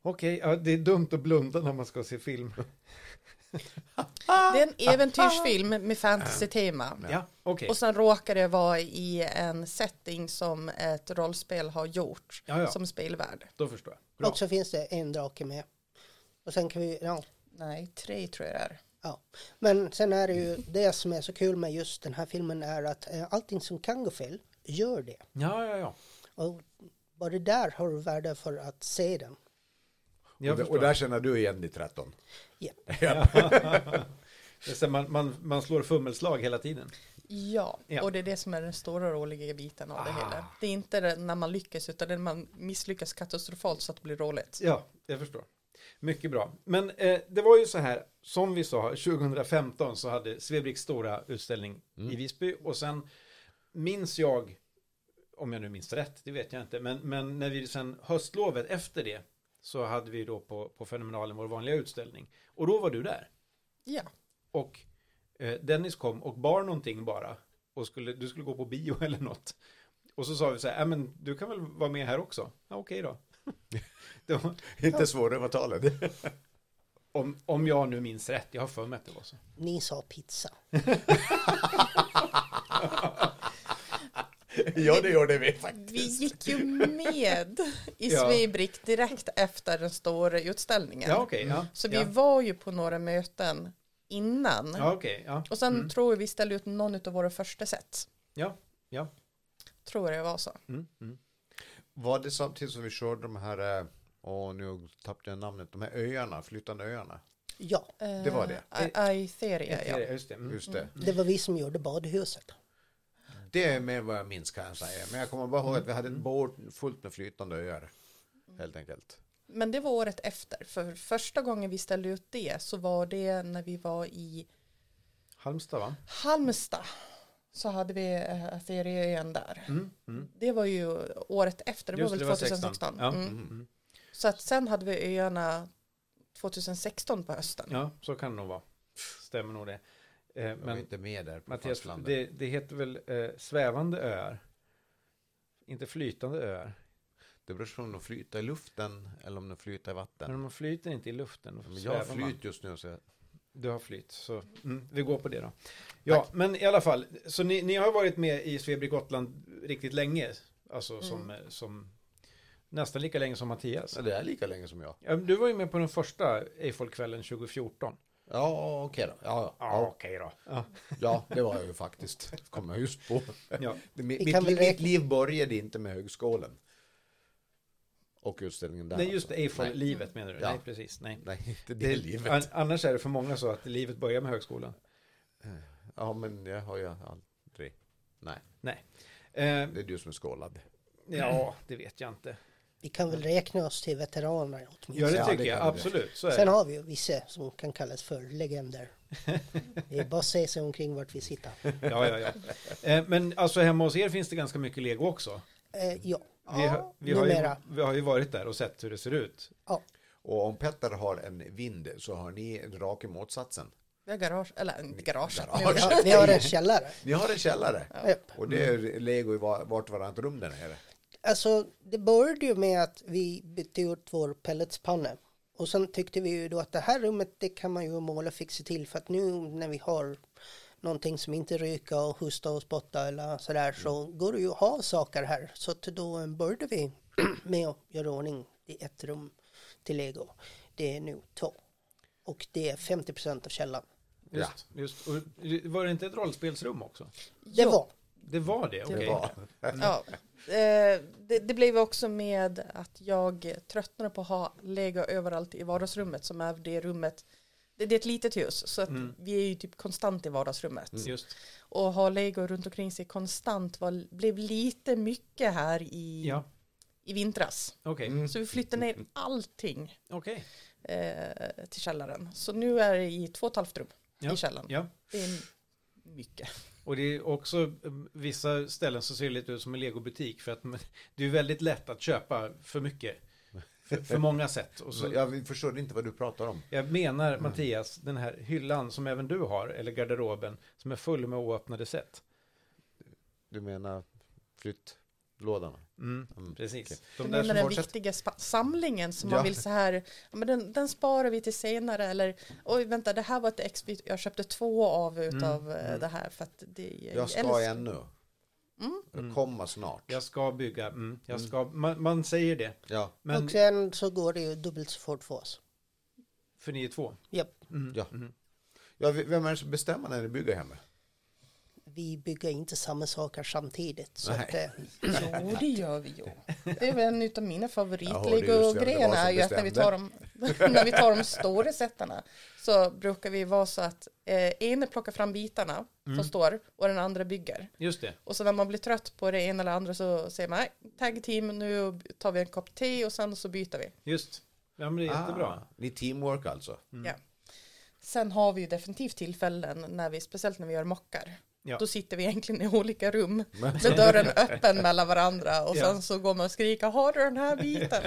Okej, ja, det är dumt att blunda när man ska se film. Det är en äventyrsfilm med fantasy-tema. Ja, okej. Och sen råkar det vara i en setting som ett rollspel har gjort Ja, ja. som spelvärld. Då förstår jag. Bra. Och så finns det en drake med. Och sen kan vi, ja, Nej, tre tror jag det är. ja. Men sen är det ju det som är så kul med just den här filmen är att eh, allting som kan gå fel gör det. Ja, ja, ja. Och bara där har du värde för att se den. Jag Och, förstår. och där känner du igen i tretton. Japp. Det är så man, man, man slår fummelslag hela tiden. Ja, Ja. och det är det som är den stora roliga biten av det Ah. hela. Det är inte det när man lyckas utan det är när man misslyckas katastrofalt så att det blir roligt. Ja, jag förstår. Mycket bra. Men eh, det var ju så här, som vi sa, tjugohundrafemton så hade Svebriks stora utställning i Visby. Och sen minns jag, om jag nu minns rätt, det vet jag inte. Men, men när vi sen höstlovet efter det så hade vi då på, på Fenomenalen vår vanliga utställning. Och då var du där. Ja, Och eh, Dennis kom och bar någonting bara. Och skulle, du skulle gå på bio eller något. Och så sa vi så här, äh, men du kan väl vara med här också? Ja, okej då. Det var, Inte svårövertalad. om, om jag nu minns rätt, jag har för mig att det var så. Ni sa pizza. Ja, det gjorde vi faktiskt. vi gick ju med i Ja. Svebrik direkt efter den stora utställningen. Ja, okej. ja. Så vi ja. var ju på några möten innan. Ja, okej. ja. Och sen Mm. tror jag vi ställde ut någon av våra första set. Ja, ja. Tror jag det var så. Mm. Mm. Var det samtidigt som vi körde de här, eh, åh nu tappade jag namnet, de här öarna, flytande öarna? Ja, Det var det. Uh, Itheria, ja. Just det. Mm. Just det. det var vi som gjorde badhuset. Det är mer vad jag minns kan jag säga. Men jag kommer bara ihåg att vi hade ett bord fullt med flytande öar. Helt enkelt. Men det var året efter. För första gången vi ställde ut det så var det när vi var i Halmstad, va? Halmstad. Så hade vi uh, Itheria-ön där. Mm. Mm. Det var ju året efter. Det Just var det, väl var tjugohundrasexton. Ja. Mm. Mm. Så att sen hade vi öarna tjugohundrasexton på hösten. Ja, så kan det nog vara. Stämmer nog det. Eh, Jag var men inte med där på Mattias, fastlandet. det, det heter väl eh, svävande öar? Inte flytande öar. Det beror på om de flyter i luften eller om de flyter i vatten. Men man flyter inte i luften. Då Men jag har svävar man. flyt just nu. Så jag... Du har flyt, så mm, vi går på det då. Ja, men i alla fall, så ni, ni har varit med i Svebrik Gotland riktigt länge. Alltså Mm. som, som nästan lika länge som Mattias. Ja, det är lika länge som jag. Ja, du var ju med på den första Eiffel-kvällen tjugofjorton. Ja, okej då. Ja, Ja, ja, okej då. Ja. ja, det var jag ju faktiskt. Kommer jag just på. Ja. Det, mitt, Vi mitt, kan väl liv, mitt räkna- liv började inte med högskolan. Och utställningen där. Nej, just alltså. det, Eiffel-livet menar du? Ja. Nej, precis. Nej. Nej, nej, inte det, Det, livet. an, annars är det för många så att livet börjar med högskolan. Ja, men jag har ju aldrig. Nej, Nej. Eh, det är du som är skålad. ja, det vet jag inte. Vi kan väl räkna oss till veteraner Ja, åtminstone. det Ja, tycker det jag. kan vi. Absolut. Så är Sen det. har vi ju vissa som kan kallas för legender. Det är bara att se sig omkring vart vi sitter. Ja, ja, ja. Eh, men alltså hemma hos er finns det ganska mycket Lego också. Eh, ja, Vi, har, vi, har ju, numera. vi har ju varit där och sett hur det ser ut. Ja. Och om Petter har en vind så har ni raka motsatsen. Vi har garage, eller inte garage. Garage. men vi Vi har- har, vi har en källare. Ni har en källare. Japp. Och det är lego i var- vart varannat rum där nere. Alltså, det började ju med att vi bytte ut vår pelletspanna. Och sen tyckte vi ju då att det här rummet, det kan man ju måla och fixa till. För att nu när vi har någonting som inte ryker och hosta och spotta eller sådär, så går det ju att ha saker här. Så att då började vi med att göra ordning i ett rum till Lego. Det är nu två. Och det är femtio procent av källan. Just, just. Och var det inte ett rollspelsrum också? Det Jo. var. Det var det? Okej. Det var. Ja, eh, det, det blev också med att jag tröttnade på att ha Lego överallt i vardagsrummet som är det rummet. Det, det är ett litet hus så att Mm. vi är ju typ konstant i vardagsrummet. Just. Och ha Lego runt omkring sig konstant var, blev lite mycket här i, Ja, i vintras. okej. Mm. Så vi flyttade ner allting Okej. eh, till källaren. Så nu är det i två och ett halvt rum Ja. i källaren. Ja. Det är mycket. Och det är också eh, vissa ställen så ser det lite ut som en legobutik för att man- det är väldigt lätt att köpa för mycket. För, för många sätt. Och så, Jag förstår inte vad du pratar om. jag menar Mattias, den här hyllan som även du har, eller garderoben, som är full med oöppnade set. Du menar flytt? lådorna. Mm, Mm, precis. okej. De Du där menar som den fortsätter... viktiga spa- samlingen som Ja. man vill så här, ja, men den, den sparar vi till senare eller oj vänta det här var ett ex, jag köpte två av utav Mm, eh, mm. det här för att det Jag ska älskar- ännu. Mm. Jag kommer snart. Jag ska bygga, mm, jag Mm. ska, man, man säger det. Ja. Men Och sen så går det ju dubbelt så fort för oss. för ni är två? Japp. Mm. Ja. Mm. Ja, vem är det som bestämmer när ni bygger hemma? Vi bygger inte samma saker samtidigt. Så Nej. att, eh, Jo, det gör vi ju. Det är väl en av mina Jag hörde favoritlegogrejerna just vem det var som är ju att när vi bestämde. tar de, när vi tar de stora sättarna så brukar vi vara så att eh, ene plockar fram bitarna Mm. som står och den andra bygger. Just det. Och så när man blir trött på det ena eller andra så säger man nej, tag team, nu tar vi en kopp te och sen så byter vi. Just. Ja, men det är jättebra. Ah, ni teamwork alltså. Mm. Ja. Sen har vi ju definitivt tillfällen när vi, speciellt när vi gör mockar. Ja. Då sitter vi egentligen i olika rum Men, med dörren öppen mellan varandra och Ja. sen så går man och skriker, har du den här biten?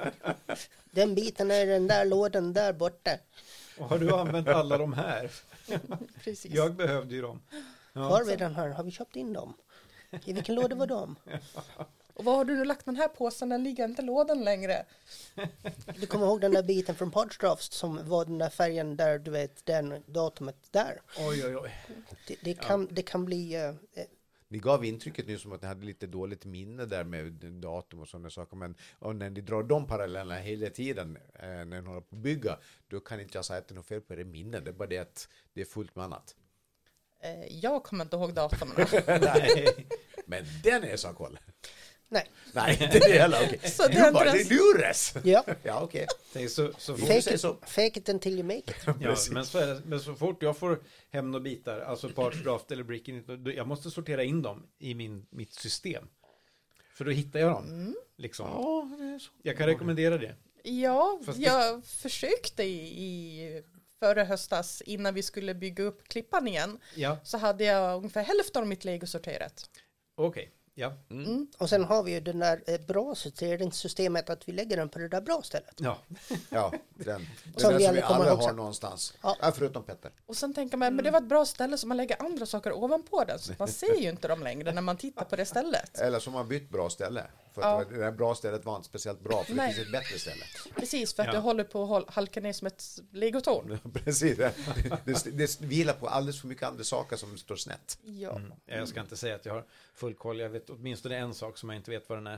den biten är den där lådan där borta. Och har du använt alla de här? Precis. Jag behövde ju dem. Ja. Har vi den här? Har vi köpt in dem? I vilken låda var de? Och vad har du nu lagt den här påsen? Den ligger inte i lådan längre. Du kommer ihåg den där biten från Poddraft som var den där färgen där, du vet, den datumet där. Oj, oj, oj. Det, det, kan, det kan bli... eh, eh, ni gav intrycket nu som att ni hade lite dåligt minne där med datum och sådana saker. Men och när ni drar de parallellerna hela tiden eh, när ni håller på att bygga, då kan inte jag säga att det är något fel på det minne. Det är bara det att det är fullt med annat. Eh, Jag kommer inte ihåg datumen. Nej. Men den är så koll. nej. Nej, inte det heller. Okej. Så det Du är bara, inte det lures. Ja. Ja, okej. Tänk, så, så fort, Vi Fake säger it, så. fake it until you make it. ja, men, så är det, men så fort jag får hem några bitar, alltså parts draft eller bricken, då- jag måste sortera in dem i min, mitt system. För då hittar jag dem. Mm. Liksom. Ja, det är så. Jag kan rekommendera det. Ja, Fast det- jag försökte i, i förra höstas innan vi skulle bygga upp klippan igen. Ja, Så hade jag ungefär hälften av mitt lego sorterat. okej. Ja. Mm. Och sen har vi ju den där eh, bra sorteringssystemet att vi lägger den på det där bra stället. Ja. Ja, den, den Som där vi som vi alla kommer alla ihåg har sen. någonstans. Ja. Ja, förutom Petter. Och sen tänker man, men det var ett bra ställe så man lägger andra saker ovanpå den. Så man ser ju inte dem längre när man tittar på det stället. Eller som har bytt bra ställe. För Ja. att det där bra stället var inte speciellt bra, för Nej. det finns ett bättre ställe. Precis, för att Ja. det håller på att håll- halka ner som ett legotorn. Precis, det, det, det vilar på alldeles för mycket andra saker som står snett. Ja. Mm. Jag ska inte säga att jag har full koll. Jag vet åtminstone en sak som jag inte vet vad den är.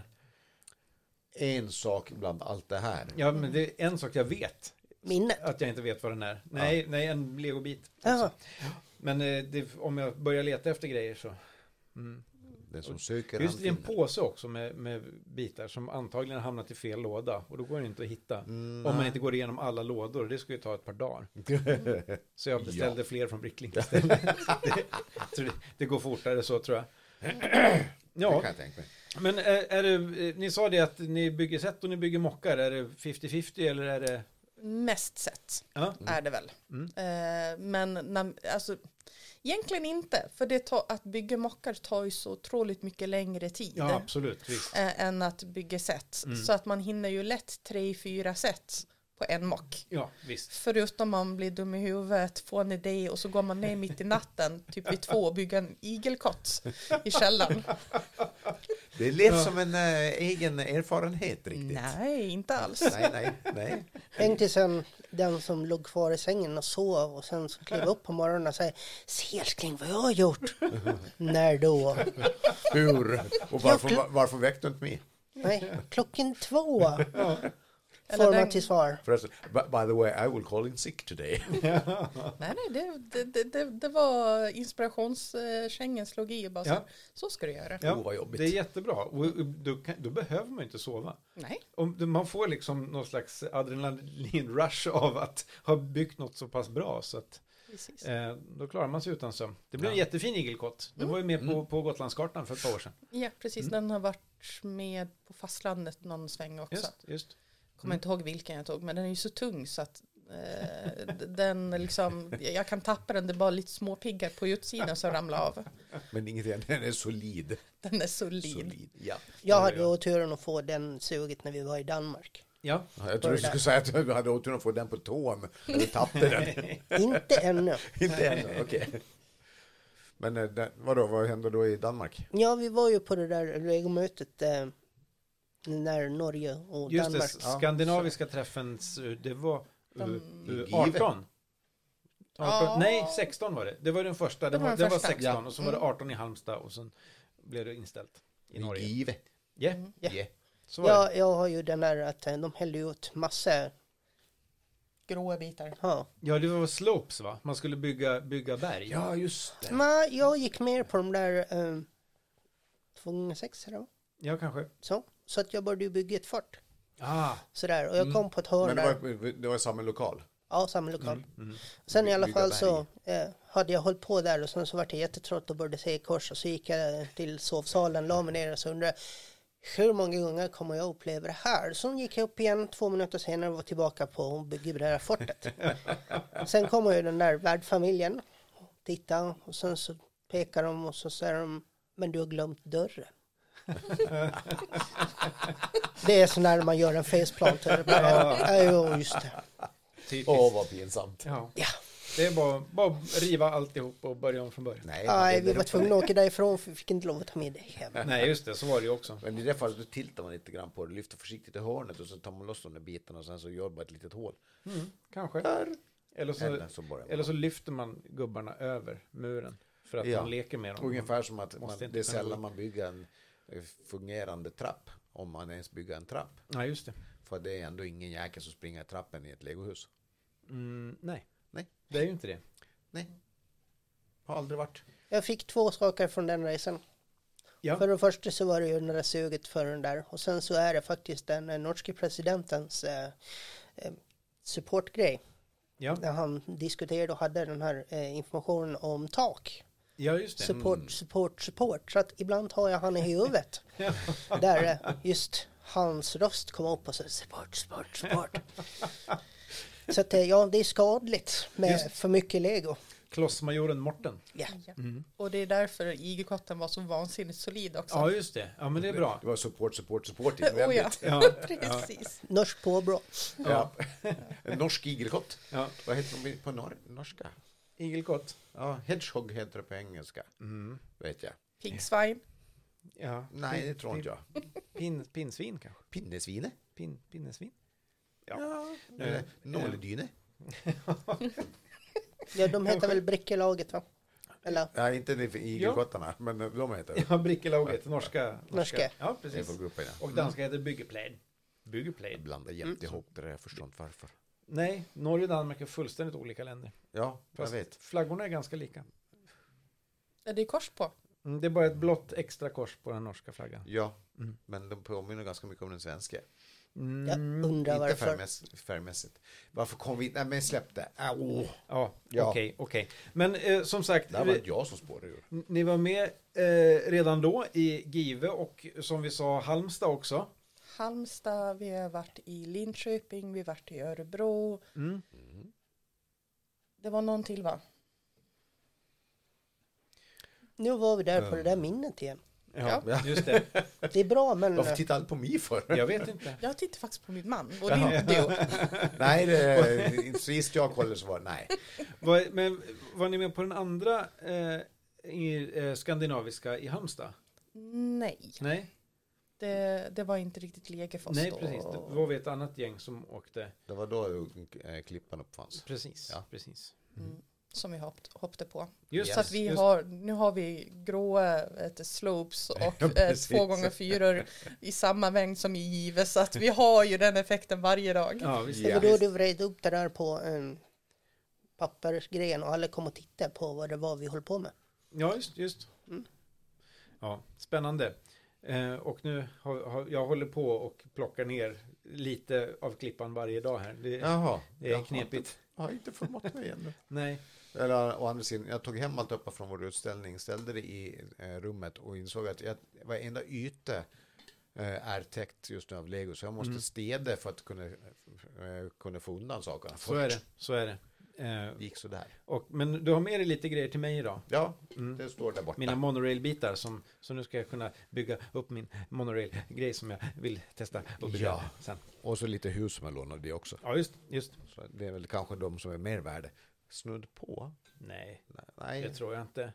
En sak bland allt det här. Ja, men det är en sak jag vet. Minnet. Att jag inte vet vad den är. Nej, nej en legobit. Jaha. Alltså. Men eh, det, om jag börjar leta efter grejer så... Mm. Den som söker Just det, är en han finner. påse också med, med bitar som antagligen har hamnat i fel låda. Och då går det inte att hitta. Mm, Om man nej. inte går igenom alla lådor. Det skulle ju ta ett par dagar. Så jag beställde Ja. fler från Bricklink istället. det, så det, det går fortare så tror jag. Det Ja, kan jag tänka mig. men är, är det, ni sa det att ni bygger set och ni bygger mockar. Är det femtio femtio eller är det... Mest sett Ja, är det väl. Mm. Eh, men när, alltså, egentligen inte. För det tar, att bygga mockar tar ju så otroligt mycket längre tid. ja absolut. Visst. eh, än att bygga set. Mm. Så att man hinner ju lätt tre, fyra set på en mock. Ja, visst. Förutom man blir dum i huvudet, får en idé och så går man ner mitt i natten, typ vid två och bygger en igelkott i källaren. Det lät Ja. som en äh, egen erfarenhet riktigt. Nej, inte alls. Nej, nej, nej. Tänk dig sen den som låg kvar i sängen och sov och sen så klev upp på morgonen och säger se älskling vad jag har gjort. När då? Hur? Och varför, var- varför väckte du inte mig? Nej, klockan två. Eller Får den- man till svar. Förresten, by, by the way, I will call in sick today. Nej, nej, det, det, det, det, det var inspirationskängen slog i och bara Ja. så, så ska du göra. Ja, Oh, vad jobbigt. det är jättebra. Och då, kan, då behöver man inte sova. Nej, Om det- man får liksom någon slags adrenalin-rush av att ha byggt något så pass bra. Så att, precis. eh, då klarar man sig utan sömn. Det blir en Ja. jättefin igelkott. Den var ju med på, Mm. på Gotlandskartan för ett par år sedan. Ja, precis. Den har varit med på fastlandet någon sväng också. Just, just. Kommer inte ihåg vilken jag tog, men den är ju så tung så att eh, d- den liksom, jag kan tappa den, det är bara lite små piggar på utsidan som ramlar av. Men ingenting, den är solid. Den är solid. Solid, ja. Jag Ja, hade ja. oturen att få den suget när vi var i Danmark. Ja. Ja, Jag tror du skulle säga att du hade oturen att få den på tån. Eller tappade den. Inte ännu. Inte ännu, okej. Men eh, det, vadå, vad hände då i Danmark? Ja, vi var ju på det där legomötet eh, när Norge och Just Danmark. det, skandinaviska träffens, det var De- uh, Give. arton. arton. Ja. Nej, sexton var det. Det var den första. Det, Det var var, den det var första. sexton Ja. och så var det Mm. arton i Halmstad och sen blev det inställt i Norge. Give. Ja, Ja. Yeah. så var det. Ja, jag har ju den där att eh, de hällde ut massor. Gråa bitar. Ja. Ja, det var slopes va? Man skulle bygga, bygga berg. Ja, just det. Men jag gick mer på de där eh, två gånger sex eller vad? Ja, kanske. Så. Så att jag började ju bygga ett fort. Ah, Sådär. Och jag Mm. kom på ett hörn Men det där. var, det var samma lokal. Ja, samma lokal. mm, mm. Sen i alla Bygga fall berg. så eh, hade jag hållit på där och sen så var jag jättetrött och började se kors och så gick jag till sovsalen, la mig ner och så undrade hur många gånger kommer jag uppleva det här? Så gick jag upp igen två minuter senare och var tillbaka på att bygga det här fortet. Sen kommer ju den där värdfamiljen och tittar och sen så pekar de och så säger de men du har glömt dörren. Det är så när man gör en faceplant. Ja, jo, just det. Typiskt. Åh, vad pinsamt. Ja. Ja. Det är bara, bara att riva alltihop och börja om från början. Nej, Nej, det- vi det- var tvungna att åka därifrån för vi fick inte lov att ta med det hem. Nej, just det. Så var det ju också. Men i det fallet då tiltar man lite grann på det, lyfter försiktigt i hörnet och så tar man loss de där bitarna och sen så gör man ett litet hål. Mm, kanske. Där. Eller så, Eller så börjar man. eller så lyfter man gubbarna över muren. För att Ja. man leker med dem. Ungefär som att man, Måste inte det är kunna sällan gå. man bygger en eh, fungerande trapp. Om man ens bygger en trapp. Ja, just det. För det är ändå ingen jäkel som springer i trappen i ett legohus. Mm, nej. Nej. Det är ju inte det. Nej. Har aldrig varit. Jag fick två saker från den resan. Ja. För det första så var det ju det där suget för den där. Och sen så är det faktiskt den eh, norske presidentens eh, eh, supportgrej. Ja, Där han diskuterade och hade den här eh, informationen om tak. ja just det. Support, support, support. Så att ibland har jag han i huvudet. Där eh, just hans röst kom upp och så support, support, support. Så att eh, ja, det är skadligt med Just. för mycket lego. Klossmajoren Morten. Ja. Ja. Mm. Och det är därför igelkotten var så vansinnigt solid också. Ja, just det. Ja, men det är bra. Det var support, support, support Oh, ja. invändigt. Ja, Precis. Norsk påbrå. Ja. En norsk igelkott. ja. Vad heter de på nor- norska? Igelkott. Ja, hedgehog heter det på engelska. Mm. Vet jag. Pigsvine. Ja. Nej, det tror inte jag. Pin, pinsvin kanske. Pinnesvine? Pin, pinnesvin. Ja. Ja. Eh, Eller nåldyne? Ja, de heter väl Brickelaget va? Eller? Ja, inte det för igelkottarna, men de heter det. Ja, Brickelaget. Norska. Norska. Ja, Det är precis. för gruppen, ja. Och danska heter Byggeplaid. Jag Byggeplaid. blandar jämt ihop det där, jag förstår inte varför. Nej, Norge och Danmark är fullständigt olika länder. Ja, jag Fast vet. flaggorna är ganska lika. Är det kors på? Mm, det är bara ett blått extra kors på den norska flaggan. Ja, Mm. men de påminner ganska mycket om den svenska. Mm. Jag undrar Inte varför. färgmäss- färgmässigt. Varför kom vi... Nej, men släpp det. Au. Ja, Ja. okej, okej. Men eh, som sagt, Det här var inte jag som spårade ur. n- ni var med eh, redan då i Give och som vi sa Halmstad också. Halmstad, vi har varit i Linköping, vi har varit i Örebro. Mm. Det var någon till va? Nu var vi där på det där minnet igen. Ja, Ja. just det. Det är bra men... Varför tittar alla på mig för? Jag vet inte. Jag tittar faktiskt på min man och det är inte du. Nej, det, sist jag kollade så var det nej. Var, men var ni med på den andra eh, i, eh, skandinaviska i Halmstad? Nej, Nej, det, det var inte riktigt Legefoss nej då. precis. Det var vi ett annat gäng som åkte. Det var då eh, klippan uppfanns. Precis, Ja. precis. Mm, som vi hoppt, hoppade på. Just, Så att vi just, har, nu har vi gråa ett slopes och Ja, eh, precis. två gånger fyror i samma mängd som i Give. Så att vi har ju den effekten varje dag. Ja, visst. Det var då du vred upp det där på en pappersgrejen och alla kom och tittade på vad det var vi höll på med. Ja, just, just. Mm. Ja, spännande. Eh, och nu har, har, jag håller på och plockar ner lite av klippan varje dag här. Det, Jaha. det är Jag har knepigt. inte- Jag har inte förmått mig ännu. Nej. Eller å andra sidan, jag tog hem allt uppe från vår utställning, ställde det i eh, rummet och insåg att jag, varenda yta eh, är täckt just nu av lego. Så jag måste Mm. städa för att kunna, eh, kunna få undan sakerna. Så är det. Så är det. Eh, Det gick sådär. och, men du har med dig lite grejer till mig idag. Ja, Mm. det står där borta. Mina monorail-bitar som, så nu ska jag kunna bygga upp min monorail-grej som jag vill testa och bygga Ja. sen. Och så lite hus som jag lånade det också. Ja, just, just. Så det är väl kanske de som är mer värde. Snudd på? Nej, Nej, nej. det tror jag inte.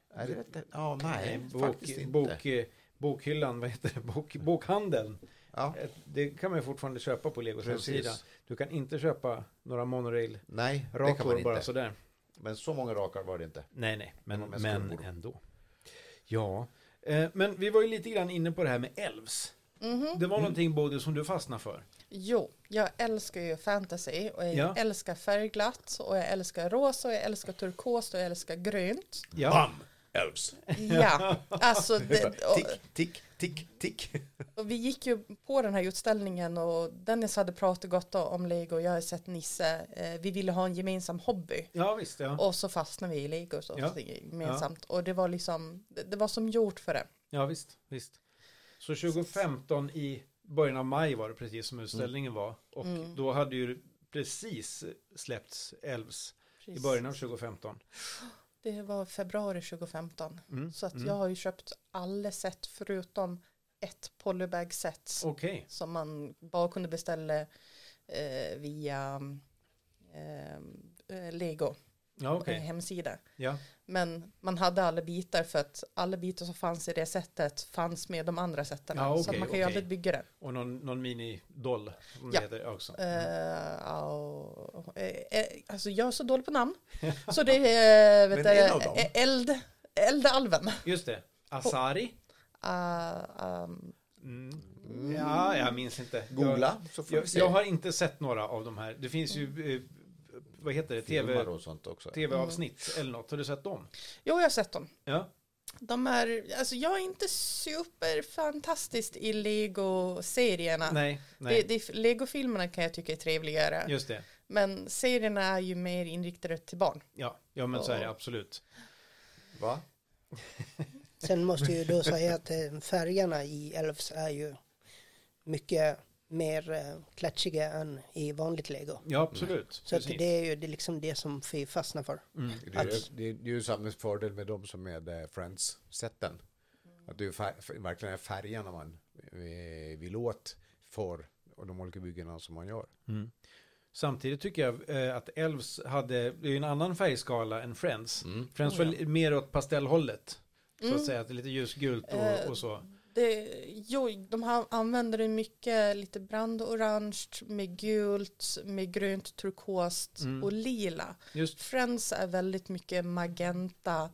Är det inte? Ja, nej, bok, faktiskt inte. bok, eh, bokhyllan, vad heter det? Bok, bokhandeln. Ja, Eh, Det kan man ju fortfarande köpa på Legos Precis. hemsida. Du kan inte köpa några monorail nej, det kan man rakor bara inte. sådär. Men så många rakar var det inte. Nej, nej, men, Det var mest men gummor. ändå. Ja, eh, men vi var ju lite grann inne på det här med elves. Mhm. Det var någonting både som du fastnade för. Jo, jag älskar ju fantasy och jag Ja. älskar färgglatt och jag älskar rosa och jag älskar turkos och jag älskar grönt. Ja, Bam! Elves. Ja, alltså det, och, Tick, tick, tick, tick. och vi gick ju på den här utställningen och Dennis hade pratat gott om Lego och jag har sett Nisse. Eh, vi ville ha en gemensam hobby. ja visst ja. Och så fastnade vi i Lego så Ja. gemensamt. Och det var liksom, det, det var som gjort för det. Ja visst, visst. Så tjugo femton i början av maj var det precis som utställningen var. Och Mm. då hade ju precis släppts elves i början av tjugo femton. Det var februari tjugo femton. Mm. Så att mm. jag har ju köpt alla set förutom ett polybag-set. Okej, Som man bara kunde beställa eh, via eh, eh, Lego ja okej. eh, hemsida. Ja. Men man hade alla bitar för att alla bitar som fanns i det sättet fanns med de andra sätterna. Ja, så okej, att man kan ju okej. aldrig bygga det. Och någon, någon mini-doll som Ja. det heter också. Eh, och, eh, eh, alltså jag är så dålig på namn. Så det är vet Men du, en av dem. eh, eld, eldalven. Just det, Asari. Uh, um, Mm. Ja, jag minns inte. Googla, så Jag, får vi jag, se. jag har inte sett några av de här. Det finns ju, eh, vad heter det, Filmar TV, och sånt också. tv-avsnitt eller något. Har du sett dem? jo, jag har sett dem. Ja. De är, alltså jag är inte superfantastisk i Lego-serierna. Nej, Det, nej. det, Lego-filmerna kan jag tycka är trevligare. Just det. Men serierna är ju mer inriktade till barn. Ja, ja men så är det Ja. absolut. Va? Sen måste jag ju då säga att eh, färgerna i Elves är ju mycket mer eh, klatschiga än i vanligt Lego. Ja, absolut. Så att Precis. det är ju det är liksom det som vi fastnar för. Mm. Det är, ju- det är det är ju samma fördel med dem som med eh, Friends-sätten. Att det är ju fär, verkligen är färgerna man eh, vill åt för och de olika byggena som man gör. Mm. Samtidigt tycker jag eh, att Elves hade det är ju en annan färgskala än Friends. Friends var li- mer åt pastellhållet. Så Mm. att säga, att det är lite ljusgult och, Eh, och så. Det, jo, de har, använder det mycket lite brandorange med gult, med grönt, turkost Mm. och lila. Just, Friends är väldigt mycket magenta,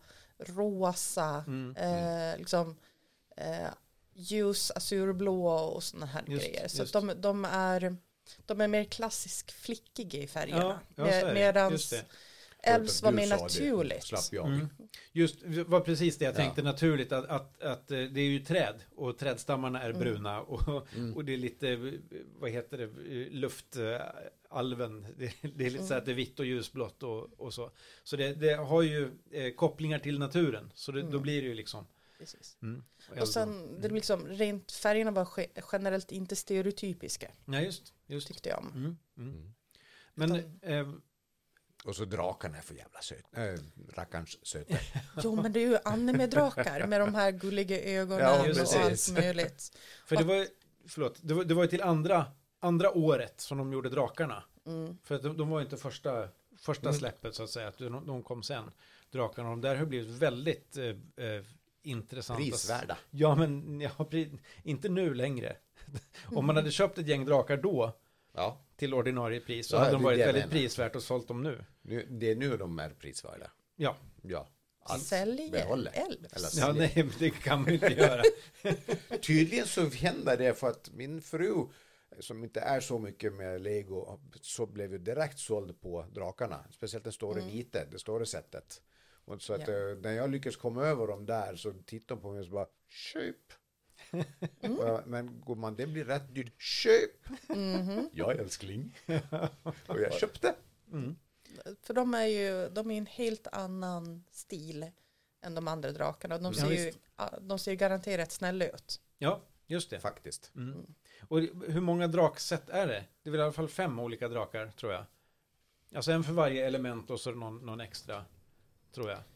rosa, mm. eh, liksom eh, ljus, azurblå och sådana här Just, grejer. Så just. att de, de är de är mer klassisk flickiga i färgerna. Ja, ja, så Med, är det. Medan Just det. Elves var Du mer sa det, naturligt. slapp jag. Mm. Just, det var precis det jag Ja. tänkte naturligt att, att, att eh, det är ju träd och trädstammarna är Mm. bruna och, Mm. och det är lite, eh, vad heter det, eh, luftalven. Det, det är lite så att det är vitt och ljusblått och, och så. Så det, det har ju eh, kopplingar till naturen. Så det, då Mm. blir det ju liksom. Precis. Mm. Och sen, det blir liksom, rent färgerna var ge- generellt inte stereotypiska, Ja, just, just. tyckte jag om. Mm. Mm. Mm. Men Utan- eh, Och så drakarna är för jävla söta. Äh, rackarns söta. Jo, men det är ju anime-drakar med de här gulliga ögonen Ja, och precis. allt möjligt. för det var ju, förlåt, det var, det var ju till andra, andra året som de gjorde drakarna. Mm. För att de, de var ju inte första, första Mm. släppet så att säga, att de, de kom sen. Drakarna, de där har blivit väldigt eh, eh, intressanta. Prisvärda. Ja, men ja, pri- inte nu längre. Om man hade köpt ett gäng drakar då Ja, till ordinarie pris så Ja, hade det de är varit det jag väldigt menar. prisvärt och sålt dem nu. nu, det är nu de är prisvärda. Ja, Ja. Allt Säljer behåller. Elves. Eller- ja nej, men det kan man ju inte göra. Tydligen så händer det för att min fru som inte är så mycket med Lego så blev ju direkt såld på drakarna. Speciellt den stora Mm. vita, det stora sättet. Och så att Ja. eh, när jag lyckas komma över dem där så tittar de på mig och så bara köp. Mm. Och jag, men går man det blir rätt dyrt. Köp! Mhm. Ja älskling. Och jag köpte. Mm. För de är ju de är en helt annan stil än de andra drakarna. De Ja, ser, ju, visst. de ser ju garanterat snälla ut. Ja, just det. Faktiskt. Mm. Och hur många draksätt är det? Det är väl i alla fall fem olika drakar, tror jag. Alltså en för varje element och så någon, någon extra, tror jag.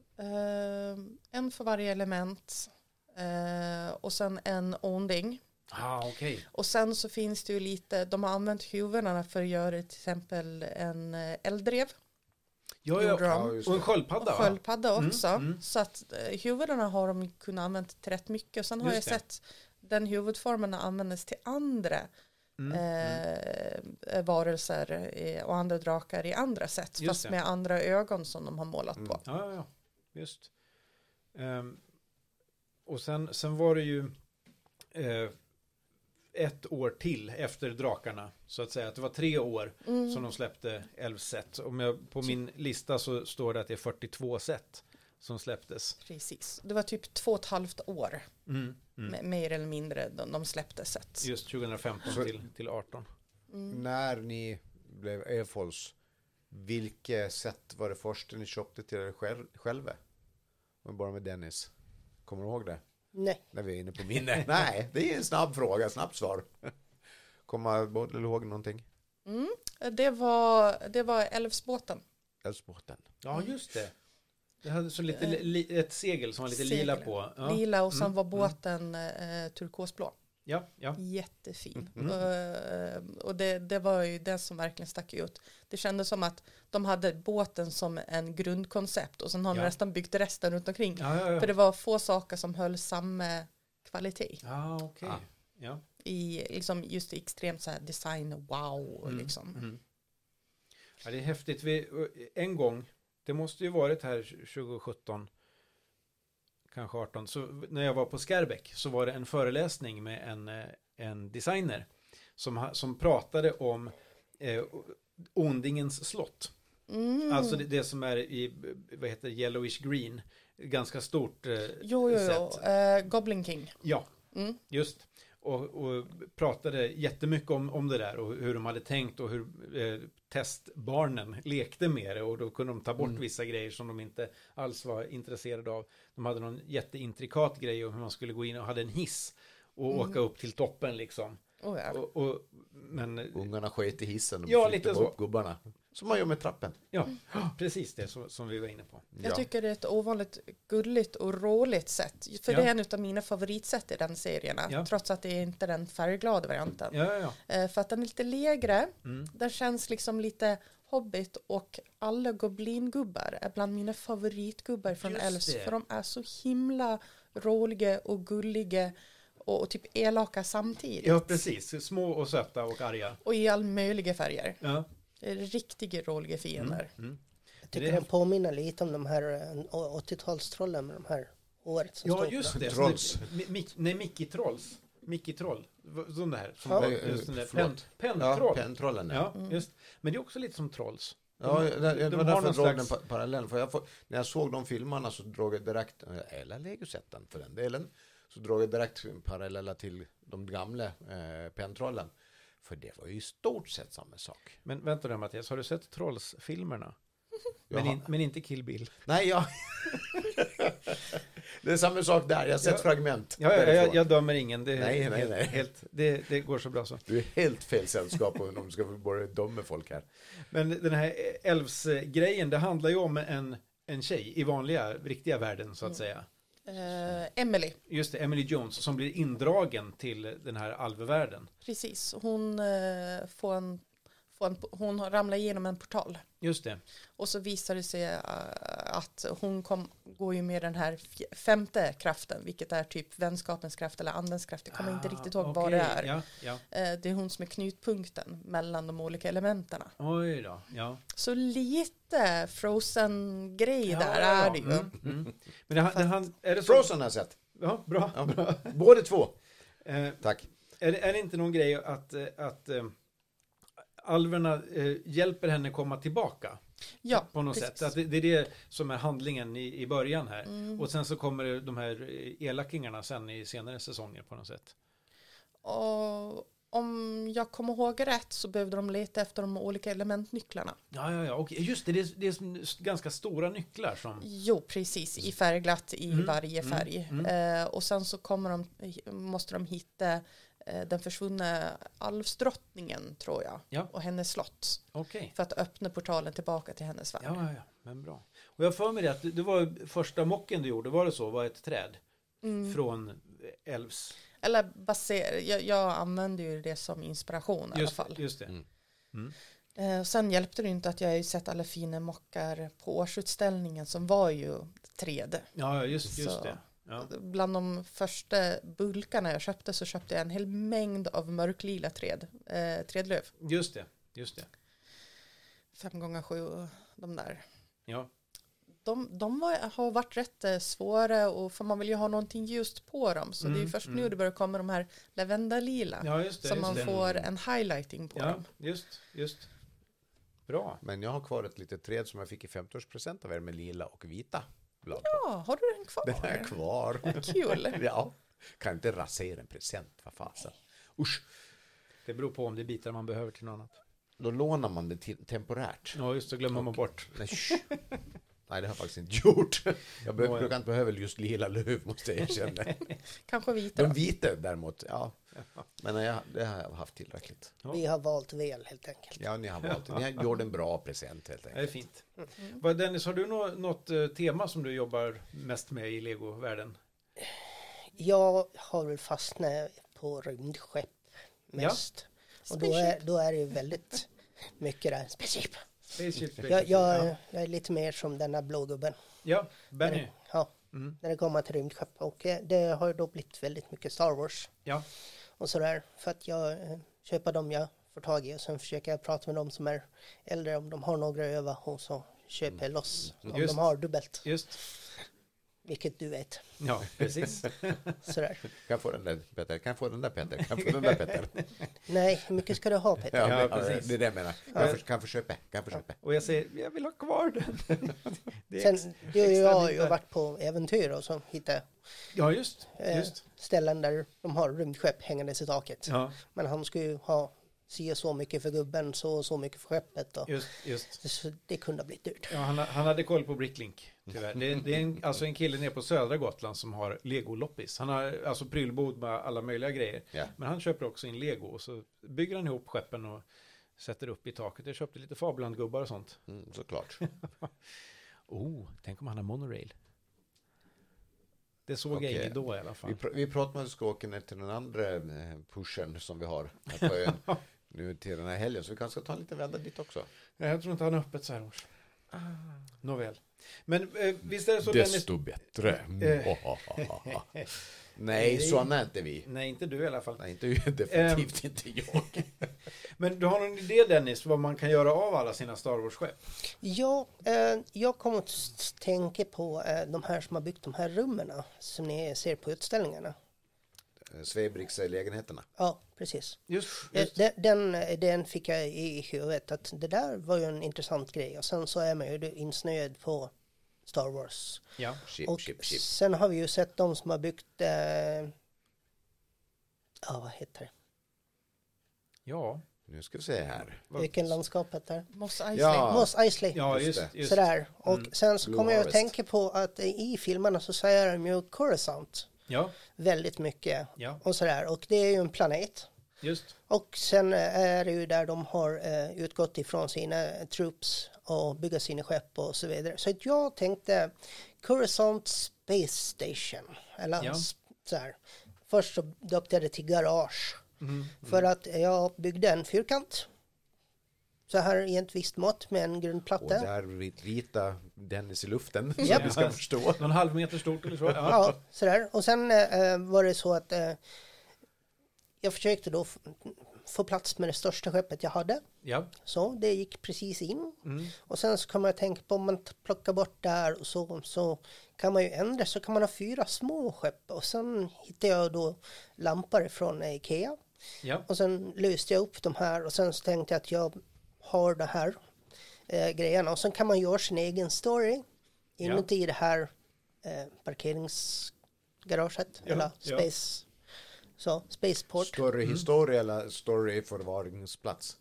Ehm, en för varje element. Eh, och sen en onding. Ah, okej. Och sen så finns det ju lite, de har använt huvudena för att göra till exempel en eh, eldrev. Ja, ja. gjorde de. Ja, just Och en det. sköldpadda, Och va? sköldpadda Mm, också. mm. Så att eh, huvudena har de kunnat använda till rätt mycket. Och sen har Just jag det. sett den huvudformen användas till andra Mm, mm. eh, varelser eh, och andra drakar i andra sätt. Just fast det. med andra ögon som de har målat Mm. på. Ja, ja, ja. Just. Ehm, och sen, sen var det ju eh, ett år till efter drakarna, så att säga. Att det var tre år Mm. som de släppte Elfset. Om jag, på min lista så står det att det är fyrtiotvå set som släpptes. Precis. Det var typ två och ett halvt år. Mm, mm. m- Mer eller mindre de, de släppte set. Just tjugohundrafemton Så- till, till arton. Mm. När ni blev Airfalls, vilket sätt var det första ni köpte till er själv, själva? Om vi börjar med Dennis. Kommer du ihåg det? Nej. När vi är inne på minne. Nej, det är en snabb fråga, snabbt svar. Kommer Bodil ihåg någonting? Mm. Det var, det var Älvsbåten. Älvsbåten. Ja, just det. Det hade så lite, li, ett segel som var lite lila Segel. på. Ja, Lila och sen Mm, var båten eh, turkosblå. ja. ja. Jättefin. Mm. Eh, och det, det var ju det som verkligen stack ut. Det kändes som att de hade båten som en grundkoncept och sen har de Ja. nästan byggt resten runt omkring. Ja, ja, ja. För det var få saker som höll samma kvalitet. Ja, okej. Ah. Ja. I liksom just i extremt så här design, wow Mm, liksom. mm. Ja, det är häftigt. Vi, en gång, det måste ju varit här tjugosjutton, kanske arton, så när jag var på Skärbäck så var det en föreläsning med en, eh, en designer som, ha- som pratade om eh, Ondingens slott. Mm. Alltså det, det som är i, vad heter det, yellowish green, ganska stort eh, Jo, jo, jo. sätt. Uh, Goblin King. Ja, Mm. just. Och, och pratade jättemycket om, om det där och hur de hade tänkt och hur eh, testbarnen lekte med det och då kunde de ta bort Mm. vissa grejer som de inte alls var intresserade av. De hade någon jätteintrikat grej om hur man skulle gå in och hade en hiss och Mm. åka upp till toppen liksom. Oh, ja. Och, och, men Ungarna sket i hissen och Ja, flyttade lite så. upp gubbarna. Som man gör med trappen. ja, precis det som, som vi var inne på. Jag Ja. tycker det är ett ovanligt gulligt och roligt sätt. För Ja. det är en av mina favoritsätt i den serien. Ja. Trots att det är inte den färgglada varianten. Ja, ja, ja. Eh, För att den är lite lägre. Mm. Den känns liksom lite Hobbit och alla goblingubbar är bland mina favoritgubbar från Just Elves. det. För de är så himla roliga och gulliga och, och typ elaka samtidigt. Ja, precis. Små och söta och arga. Och i all möjliga färger. Ja. Det är riktiga roliga fiender. Mm. Jag tycker Det- den påminner lite om de här eh, åttiotalstrollen med de här håret som Ja, står på just dem. det. Trolls. Mi- Mick- nej, Mickey Trolls. Mickey Troll. V- Sån där. Som Ja. var, Eh, just den där. förlåt. Pen, Ja, pentroll. pentrollen. Ja. Ja, just. Men det är också lite som Trolls. Ja, De- det, det de var har därför jag någon drog slags- den pa- parallellen. För jag får, när jag såg de filmerna så drog jag direkt, eller Legosätten för den delen, så drog jag direkt paralleller till de gamla eh, pentrollen. För det var ju i stort sett samma sak. Men vänta nu Mattias, har du sett Trolls-filmerna? Men, Jaha. in, men inte Kill Bill. Nej, ja. Det är samma sak där. Jag har sett Ja. fragment. Ja, ja, jag, därifrån. jag dömer ingen. Det, är Nej, nej, helt, nej. Helt, det, det går så bra så. Du är helt fel sällskap om de ska börja döma folk här. Men den här Elves-grejen, det handlar ju om en, en tjej i vanliga, riktiga världen så att säga. Eh, Emily. Just det, Emily Jones som blir indragen till den här alvvärlden. Precis, hon, eh, får en, får en, hon ramlar igenom en portal. Just det. Och så visar det sig eh, att hon kom, går ju med den här fj- femte kraften, vilket är typ vänskapens kraft eller andens kraft. Jag kommer inte riktigt ihåg vad okej. det är. Ja, ja. Eh, det är hon som är knutpunkten mellan de olika elementerna. Oj då, ja. Så lite Frozen-grej Ja, där ja, är ja. det ju. Mm, mm. Men det, han- det, han- är det så? Frozen har jag sett. Ja, bra. Ja. bra. Båda två. Eh, Tack. är, det, är det inte någon grej att, eh, att eh, alverna eh, hjälper henne komma tillbaka? Ja, På något precis. sätt. Att det, det är det som är handlingen i, i början här. Mm. Och sen så kommer det de här eh, elakingarna sen i senare säsonger på något sätt. Och om jag kommer ihåg rätt så behövde de leta efter de olika elementnycklarna. Ja, ja, ja. Okej, just det. Det är, det är ganska stora nycklar som... Jo, precis. I färgglatt i Mm, varje mm, färg. mm. Eh, och sen så kommer de, måste de hitta eh, den försvunna alvsdrottningen, tror jag. Ja. Och hennes slott. Okej. För att öppna portalen tillbaka till hennes värld. Ja, ja, ja. Men bra. Och jag har för mig det att det, det var första mocken du gjorde, var det så? Var ett träd? Mm. Från Elves. Eller baser, jag, jag använder ju det som inspiration i Just, alla fall. just det. Mm. Mm. Eh, och sen hjälpte det inte att jag har ju sett alla fina mockar på årsutställningen som var ju tre D. Ja, just, just Så det. Ja. Bland de första bulkarna jag köpte så köpte jag en hel mängd av mörklila träd, eh, trädlöv. Just det, just det. Fem gånger sju, de där. Ja, De, de var, har varit rätt eh, svåra och för man vill ju ha någonting ljust på dem. Så Mm, det är först mm. nu det börjar komma de här lavendalila. ja just det. Så just man det. får en highlighting på Ja, dem. just, just. Bra. Men jag har kvar ett litet träd som jag fick i femtioårspresent av er med lila och vita blad på. Ja, har du den kvar? Den är kvar. Kul. Ja, kan inte rasera en present, vad fasen. Usch, Det beror på om det är bitar man behöver till något annat. då lånar man det till, temporärt. Ja, just det, glömmer man bort. Nej, sh- Nej, det har jag faktiskt inte gjort. Jag be- Nåja. brukar inte behöva just lila löv, måste jag erkänna. Kanske vita De då. vita däremot, ja. Men jag, det har jag haft tillräckligt. Ja. Vi har valt väl helt enkelt. Ja, ni har valt det. Ni har gjort en bra present helt Det är enkelt. fint. Vad, Dennis, har du nå- något eh, tema som du jobbar mest med i Lego-världen? Jag har väl fastnat på rymdskepp mest. Och då är, då är det ju väldigt mycket där. Spaceship. Spaceship, spaceship. Jag, jag, ja. jag är lite mer som denna blågubben. ja, Benny. Ja, Mm. när det kommer till rymdskepp. Och eh, det har ju då blivit väldigt mycket Star Wars Ja, och sådär. För att jag eh, köper dem jag får tag i och sen försöker jag prata med dem som är äldre om de har några över och så köper jag loss om Just. de har dubbelt. just. Vilket du vet. Ja, precis. Sådär. Kan jag få den där Peter? Kan jag få den där Peter? Kan jag få den där Peter? Nej, hur mycket ska du ha Peter? Ja, Ja, men, precis. det är det jag menar. Kan jag, få, kan jag få köpa? Kan jag få köpa? Och jag säger, jag vill ha kvar den. Det är Sen, ex- du och extra jag har ju bitar. varit på äventyr och så hittat Ja, just. eh, just. ställen där de har rymdskepp hängandes i taket. Ja, Men han ska ju ha si och så mycket för gubben, så och så mycket för skeppet. Och, just, just. så det kunde ha blivit dyrt. Ja, han, han hade koll på Bricklink, tyvärr. Det, är- det är en, alltså en kille nere på södra Gotland som har Lego-loppis. Han har alltså prylbod med alla möjliga grejer. Ja. Men han köper också in Lego och så bygger han ihop skeppen och sätter upp i taket. Jag köpte lite Faberland-gubbar och sånt. Mm, såklart. Oh, tänk om han har monorail. Det såg Okej. jag inget då i alla Vi, fall. pr- vi pratar om att vi ska åka ner till den andra eh, pushen som vi har här på ön nu till den här helgen. Så vi kanske ska ta en liten vända dit också. Nej, jag tror inte han är öppet så här års. Nåväl. Men eh, visst är det så Dennis... bättre. Eh. Nej, sådana är inte vi. Nej, inte du i alla fall. Nej, inte, definitivt inte jag. Men du har någon idé Dennis vad man kan göra av alla sina Star Wars-skepp? Ja, eh, jag kommer att s- tänka på eh, de här som har byggt de här rummen som ni ser på utställningarna. Svebriks lägenheterna. Ja, precis. Just, Eh, just. Den, den, den fick jag i huvudet att det där var ju en intressant grej. Och sen så är man ju insnöad på Star Wars. Ja. Chip, Och chip, chip. sen har vi ju sett de som har byggt, eh, ja vad heter det? Ja. Nu ska vi se här. Vilken landskapet där? Moss Eisley. Ja. Moss Eisley. Ja, Just just, det. just. Sådär. Och Mm. sen så Blue kommer jag att Harvest. tänka på att i filmerna så säger de ju Coruscant Ja, väldigt mycket. ja, Och sådär. Och det är ju en planet. just. Och sen är det ju där de har eh, utgått ifrån sina troops och bygga sina skepp och så vidare. Så att jag tänkte Coruscant Space Station. Eller Ja. s- så här. Först så döpte jag det till garage. Mm. För att jag byggde en fyrkant. Så här i ett visst mått med en Och grundplatta. där rita Dennis i luften. Japp. Så vi ska förstå. Någon halv meter stort eller så? Ja. Ja, sådär. Och sen eh, var det så att eh, jag försökte då f- få plats med det största skeppet jag hade. Ja. Så det gick precis in. Mm. Och sen så kan man tänka på om man t- plockar bort där och så, så kan man ju ändra så kan man ha fyra små skepp. Och sen hittade jag då lampor från Ikea. Ja. Och sen löste jag upp de här och sen så tänkte jag att jag har det här eh, grejerna. Och sen kan man göra sin egen story inuti det här eh, parkeringsgaraget. Ja, Eller ja. space, så, spaceport. Story historia eller story förvaringsplats?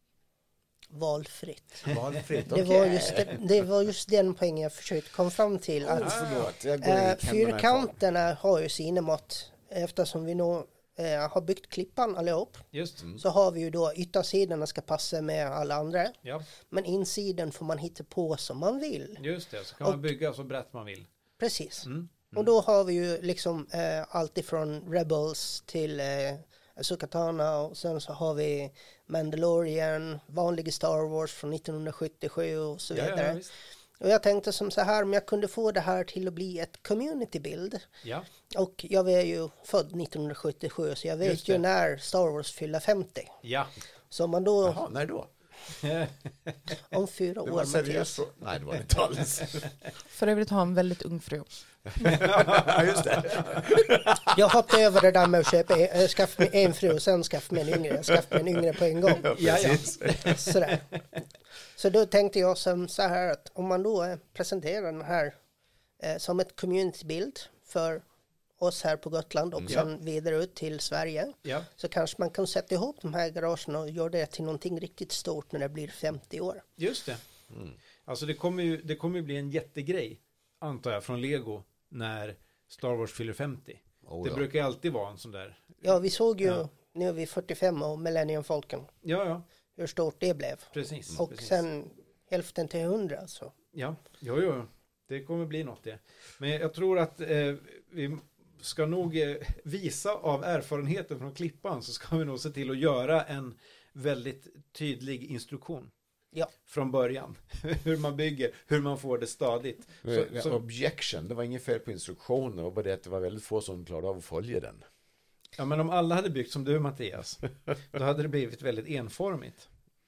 Valfritt. Valfritt, Det, var just det, det var just den poängen jag försökte komma fram till. Att, Oh, förlåt, jag går Eh, i händerna i fyrkanterna har ju sina mått. Eftersom vi nog eh, har byggt klippan allihop. Just. Så har vi ju då yttersidorna ska passa med alla andra. Ja, Men insidan får man hitta på som man vill. just det. Så kan Och- man bygga så brett man vill. Precis. Mm. Och då har vi ju liksom eh, allt ifrån Rebels till eh, Ahsoka Tano och sen så har vi Mandalorian, vanliga Star Wars från nittonhundrasjuttiosju och så Ja, vidare. ja, visst. Och jag tänkte som så här, om jag kunde få det här till att bli ett community-bild. Ja, Och jag var ju född nittonhundrasjuttiosju så jag Just vet det. ju när Star Wars fyller femtio. ja. Så om man då, Jaha, när då? om fyra Det år, var seriöst. Mattias. så- Nej, det var det inte alls. För övrigt har en väldigt ung fru. Ja, just det. Jag hoppade över det där med att köpa, äh, skaffa mig en fru och sen skaffa mig en yngre. Jag skaffade mig en yngre på en gång. Ja, Ja, ja. precis. Sådär. Så då tänkte jag som så här att om man då eh, presenterar den här eh, som ett communitybild för oss här på Gotland och Ja. sen vidare ut till Sverige, Ja, så kanske man kan sätta ihop de här garagen och göra det till någonting riktigt stort när det blir femtio år. just det. Alltså det kommer ju det kommer ju bli en jättegrej, antar jag, från Lego när Star Wars fyller femtio. Oh, Det ja. brukar ju alltid vara en sån där. Ja, vi såg ju, Ja. nu är vi fyrtiofem och Millennium Falcon, Ja, ja, hur stort det blev. precis. Och precis. sen hälften till hundra alltså. Ja, jo, jo. Det kommer bli något det. Men jag tror att eh, vi ska nog eh, visa av erfarenheten från Klippan, så ska vi nog se till att göra en väldigt tydlig instruktion. Ja. Från början. Hur man bygger, hur man får det stadigt. Så, Så, så, Objection, det var inget fel på instruktioner och bara det att det var väldigt få som klarade av att följa den. ja, men om alla hade byggt som du, Mattias, då hade det blivit väldigt enformigt.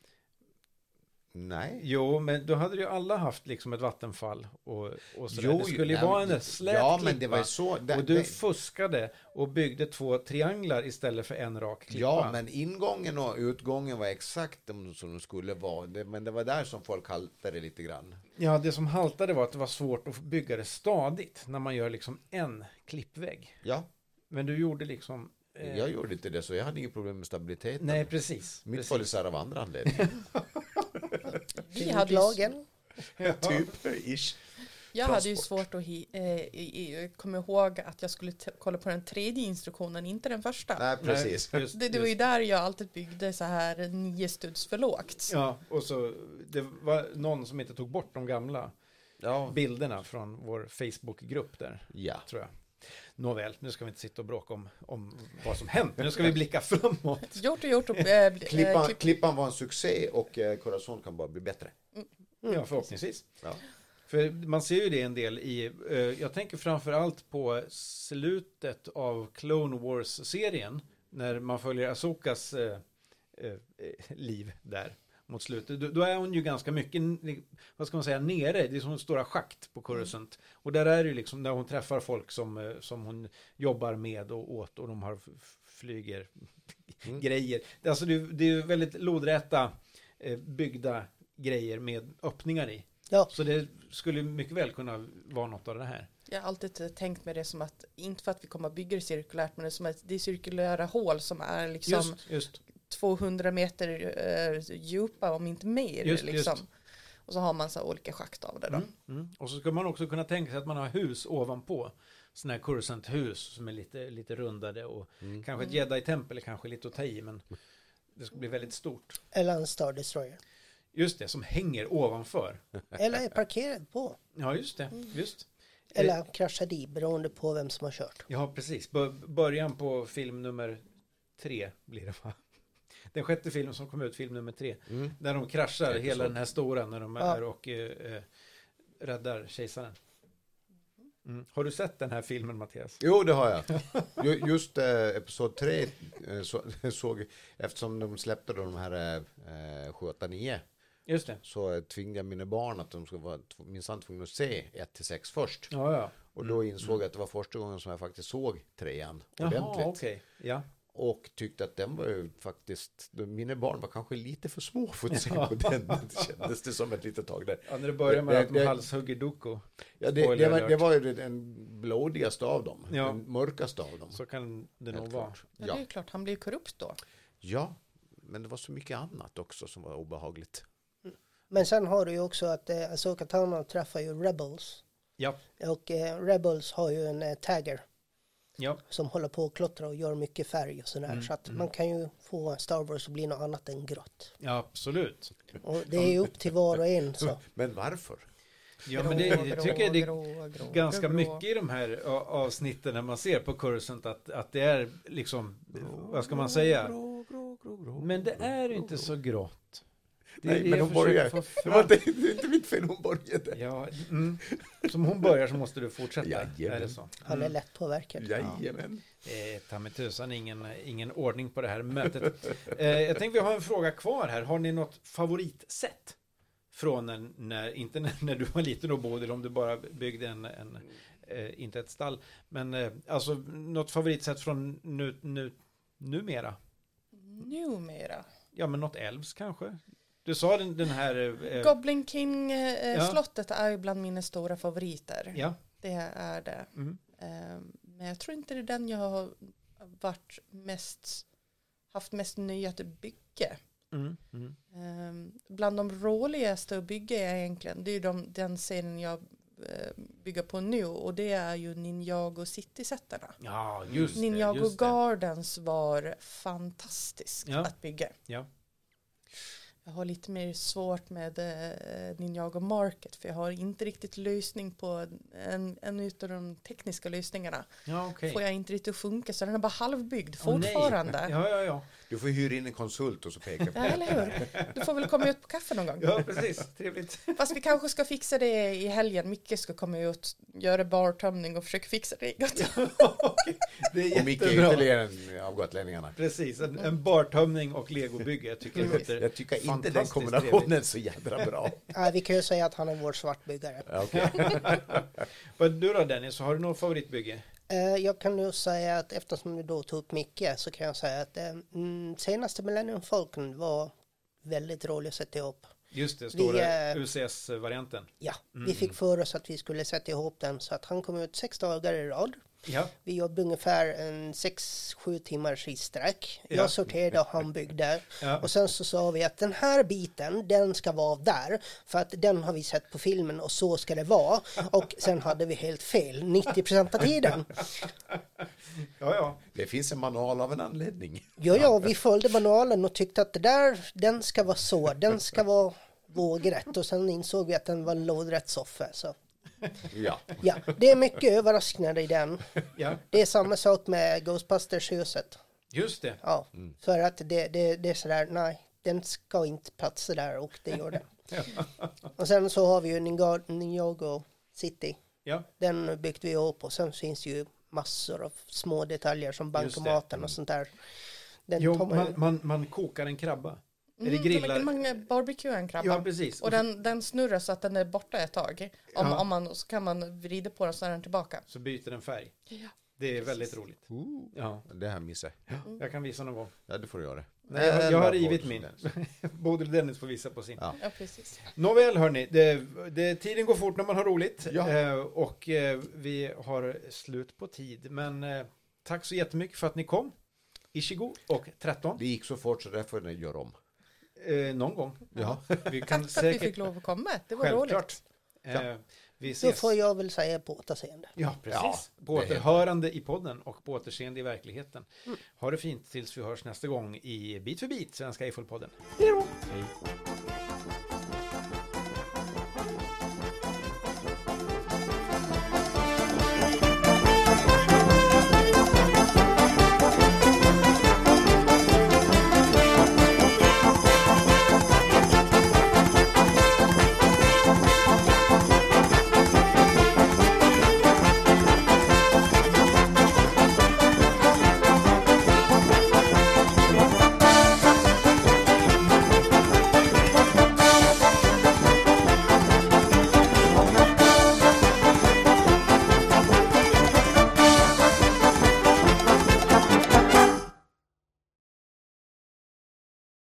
Nej. Jo, men då hade ju alla haft liksom ett vattenfall och, och sådär. Jo, det skulle ju nej, vara men- en slät Ja, klippa. men det var ju så. Det, Och du det, fuskade och byggde två trianglar istället för en rak klippa. ja, men ingången och utgången var exakt de som de skulle vara. Det, men det var där som folk haltade lite grann. Ja, det som haltade var att det var svårt att bygga det stadigt när man gör liksom en klippvägg. Ja, Men du gjorde liksom... eh, jag gjorde inte det så jag hade inget problem med stabiliteten. Nej, precis. Mitt precis. var isär av andra anledningar. Vi hade ju, Lagen. Ja. typ, ish. jag hade ju Transport. svårt att hi, eh, i- i- komma ihåg att jag skulle t- kolla på den tredje instruktionen, inte den första. Nej, precis. Nej, just, Det, det var ju just. där jag alltid byggde så här nio studs för lågt. Ja, och så det var någon som inte tog bort de gamla Ja. bilderna från vår Facebookgrupp där, Ja. tror jag. Nåväl, nu ska vi inte sitta och bråka om, om vad som hänt. Nu ska vi blicka framåt. Gjort och gjort. Och, eh, bli- eh, Klippan, klipp- klippan var en succé och eh, Corazon kan bara bli bättre. Ja, förhoppningsvis. Ja. För man ser ju det en del i, eh, jag tänker framförallt på slutet av Clone Wars-serien, när man följer Ahsokas eh, eh, liv där mot slutet. Då, då är hon ju ganska mycket, vad ska man säga, nere. Det är som stora schakt på Coruscant. Och där är det ju liksom när hon träffar folk som, eh, som hon jobbar med och åt och de har f- flyger Mm. grejer. Alltså det, det är ju väldigt lodräta eh, byggda grejer med öppningar i. Ja. Så det skulle mycket väl kunna vara något av det här. Jag har alltid tänkt med det som att, inte för att vi kommer att bygga det cirkulärt, men det är som att det är cirkulära hål som är liksom Just, just. tvåhundra meter eh, djupa, om inte mer. Just, liksom. just. Och så har man så här olika schakt av det då. Mm, mm. Och så ska man också kunna tänka sig att man har hus ovanpå. Sådana här Coruscant-hus som är lite, lite rundade och Mm. kanske ett jedi-tempel är kanske lite att ta i, men det ska bli väldigt stort. Eller en Star Destroyer. Just det, som hänger ovanför. Eller är parkerad på. Ja, just det. Just. Eller kraschad i, beroende på vem som har kört. Ja, precis. B- början på film nummer tre blir det, va? Den sjätte filmen som kom ut, film nummer tre. Mm. Där de kraschar Episod. hela den här stora när de Ja. är och eh, eh, räddar kejsaren. Mm. Har du sett den här filmen, Mattias? Jo, det har jag. Ju- Just eh, episod tre eh, så, såg, eftersom de släppte de här eh, sju, åtta, nio Just det. så eh, tvingade jag mina barn att de skulle vara tv- minsann tvungna att se ett till sex först. Ja, ja. Och då insåg jag att det var första gången som jag faktiskt såg trean Jaha, ordentligt. okej. Ja. Och tyckte att den var ju faktiskt, mina barn var kanske lite för små för att se Ja. på den. Det kändes det som ett litet tag där. ja, när det börjar med Det- att de det- halshugger Dooku, Ja, det, Spoiler det, var, alert. det var ju den blodigaste av dem. Ja. Den mörkaste av dem. så kan det Helt nog vara. klart. Ja, det är Ja. ju klart, han blir korrupt då. ja, men det var så mycket annat också som var obehagligt. Men sen har du ju också att eh, Ahsoka Tano träffar ju Rebels. Ja, Och eh, Rebels har ju en eh, tagger ja. som håller på att klottra och gör mycket färg och sådär. Mm, Så att mm. man kan ju få Star Wars att bli något annat än grått. Ja, absolut. Och det är ju upp till var och en. Så. Men varför? Ja, men det, jag tycker det är grå, grå, grå, ganska grå. mycket i de här a- avsnitten när man ser på Coruscant att, att det är liksom, vad ska man säga? Grå, grå, grå, grå, Men det grå, är grå, inte grå. så grått. Det Nej, är men jag hon försöker börjar. få Det fram. var inte, det är inte mitt fel, hon började. Ja, mm. Som hon börjar så måste du fortsätta. Jajamän. Är det så? Han är lätt påverkad. Jajamän. Eh, ta mig tusan, ingen, ingen ordning på det här mötet. Eh, jag tänkte vi har en fråga kvar här. Har ni något favoritsätt? Från när, när inte när, när du var liten och bodde, eller om du bara byggde en, en eh, inte ett stall. Men eh, alltså något favoritsätt från nu, nu, numera? Numera. Ja, men något älvs kanske? Du sa den, den här... Eh, Goblin King-slottet Ja. är ju bland mina stora favoriter. ja. Det är det. Mm. Ehm, Men jag tror inte det är den jag har varit mest, haft mest nöje att bygga. Mm. Mm. Ehm, Bland de roligaste att bygga är egentligen, det är ju de, den scenen jag eh, bygger på nu, och det är ju Ninjago City-sätterna. Ja, just det. Ninjago just det. Gardens var fantastiskt Ja. att bygga. Ja. Jag har lite mer svårt med eh, Ninjago Market, för jag har inte riktigt lösning på en, en utav de tekniska lösningarna. Ja, okej. Får jag inte riktigt att funka, så den är bara halvbyggd Åh, nej. fortfarande. Ja, ja, ja. Du får hyra in en konsult och så peka på Ja, eller hur? Du får väl komma ut på kaffe någon gång. Ja, precis. Trevligt. Fast vi kanske ska fixa det i helgen. Micke ska komma ut, göra bartömning och försöka fixa det. Okej, det är Och Micke är jättebra. ytterligare en av gotlänningarna. Precis, en, en bartömning och legobygge. Jag tycker det låter Jag tycker inte den fantastiskt kombinationen trevligt. är så jädra bra. Ja, vi kan ju säga att han är vår svartbyggare. Ja, okej. Vad du då Dennis, har du något favoritbygge? Eh, Jag kan nu säga att eftersom du då tog upp Micke, så kan jag säga att eh, mm, senaste Millennium Falcon var väldigt rolig att sätta ihop. Just det, stora eh, U C S-varianten. Ja, Mm. vi fick för oss att vi skulle sätta ihop den, så att han kom ut sex dagar i rad. Ja, Vi jobbade ungefär en sex sju timmars i sträck. Ja. Jag sorterade och han byggde. ja. Och sen så sa vi att den här biten, den ska vara där. För att den har vi sett på filmen och så ska det vara. Och sen hade vi helt fel nittio procent av tiden. ja, ja. Det finns en manual av en anledning. Ja, ja, vi följde manualen och tyckte att det där, den ska vara så. Den ska vara vågrätt. Och sen insåg vi att den var lådrätt soffa. Så Ja. ja, det är mycket överraskningar i den. ja. Det är samma sak med Ghostbusters-huset. Just det. Ja, för att det, det, det är sådär, nej, den ska inte platsa där, och det gör den. Och sen så har vi ju Ninja- Ninjago City. Ja, Den byggde vi upp, och sen finns ju massor av små detaljer som Just det. bankomaten och sånt där. Den jo, kommer- man, man, man kokar en krabba. Är det Mm, grillar? Man, man barbecuar en krabba. Ja, precis. Och den, den snurrar så att den är borta ett tag. Om, Ja. om man, så kan man vrida på den så är den tillbaka. Så byter den färg. Ja. Det är väldigt roligt. Ooh, Ja, det här missar jag. jag kan visa någon gång. Ja, det får du göra. Nej, jag, jag har Eller rivit på- min. Bodil Dennis får visa på sin. Ja. Ja, precis. Nåväl hörni, det, det, tiden går fort när man har roligt. Ja. Eh, och eh, vi har slut på tid. Men eh, tack så jättemycket för att ni kom. Ishigo och tretton. Det gick så fort så därför får ni göra om. Eh, någon gång. Ja. Vi kan Tack för att vi säkert... fick lov att komma. Det var Självklart. roligt. Eh, vi Då ses. får jag väl säga på återseende. Ja, precis. Ja, på det är återhörande i podden och på återseende i verkligheten. Ha det fint tills vi hörs nästa gång i Bit för bit, Svenska Eiffel-podden. Hej.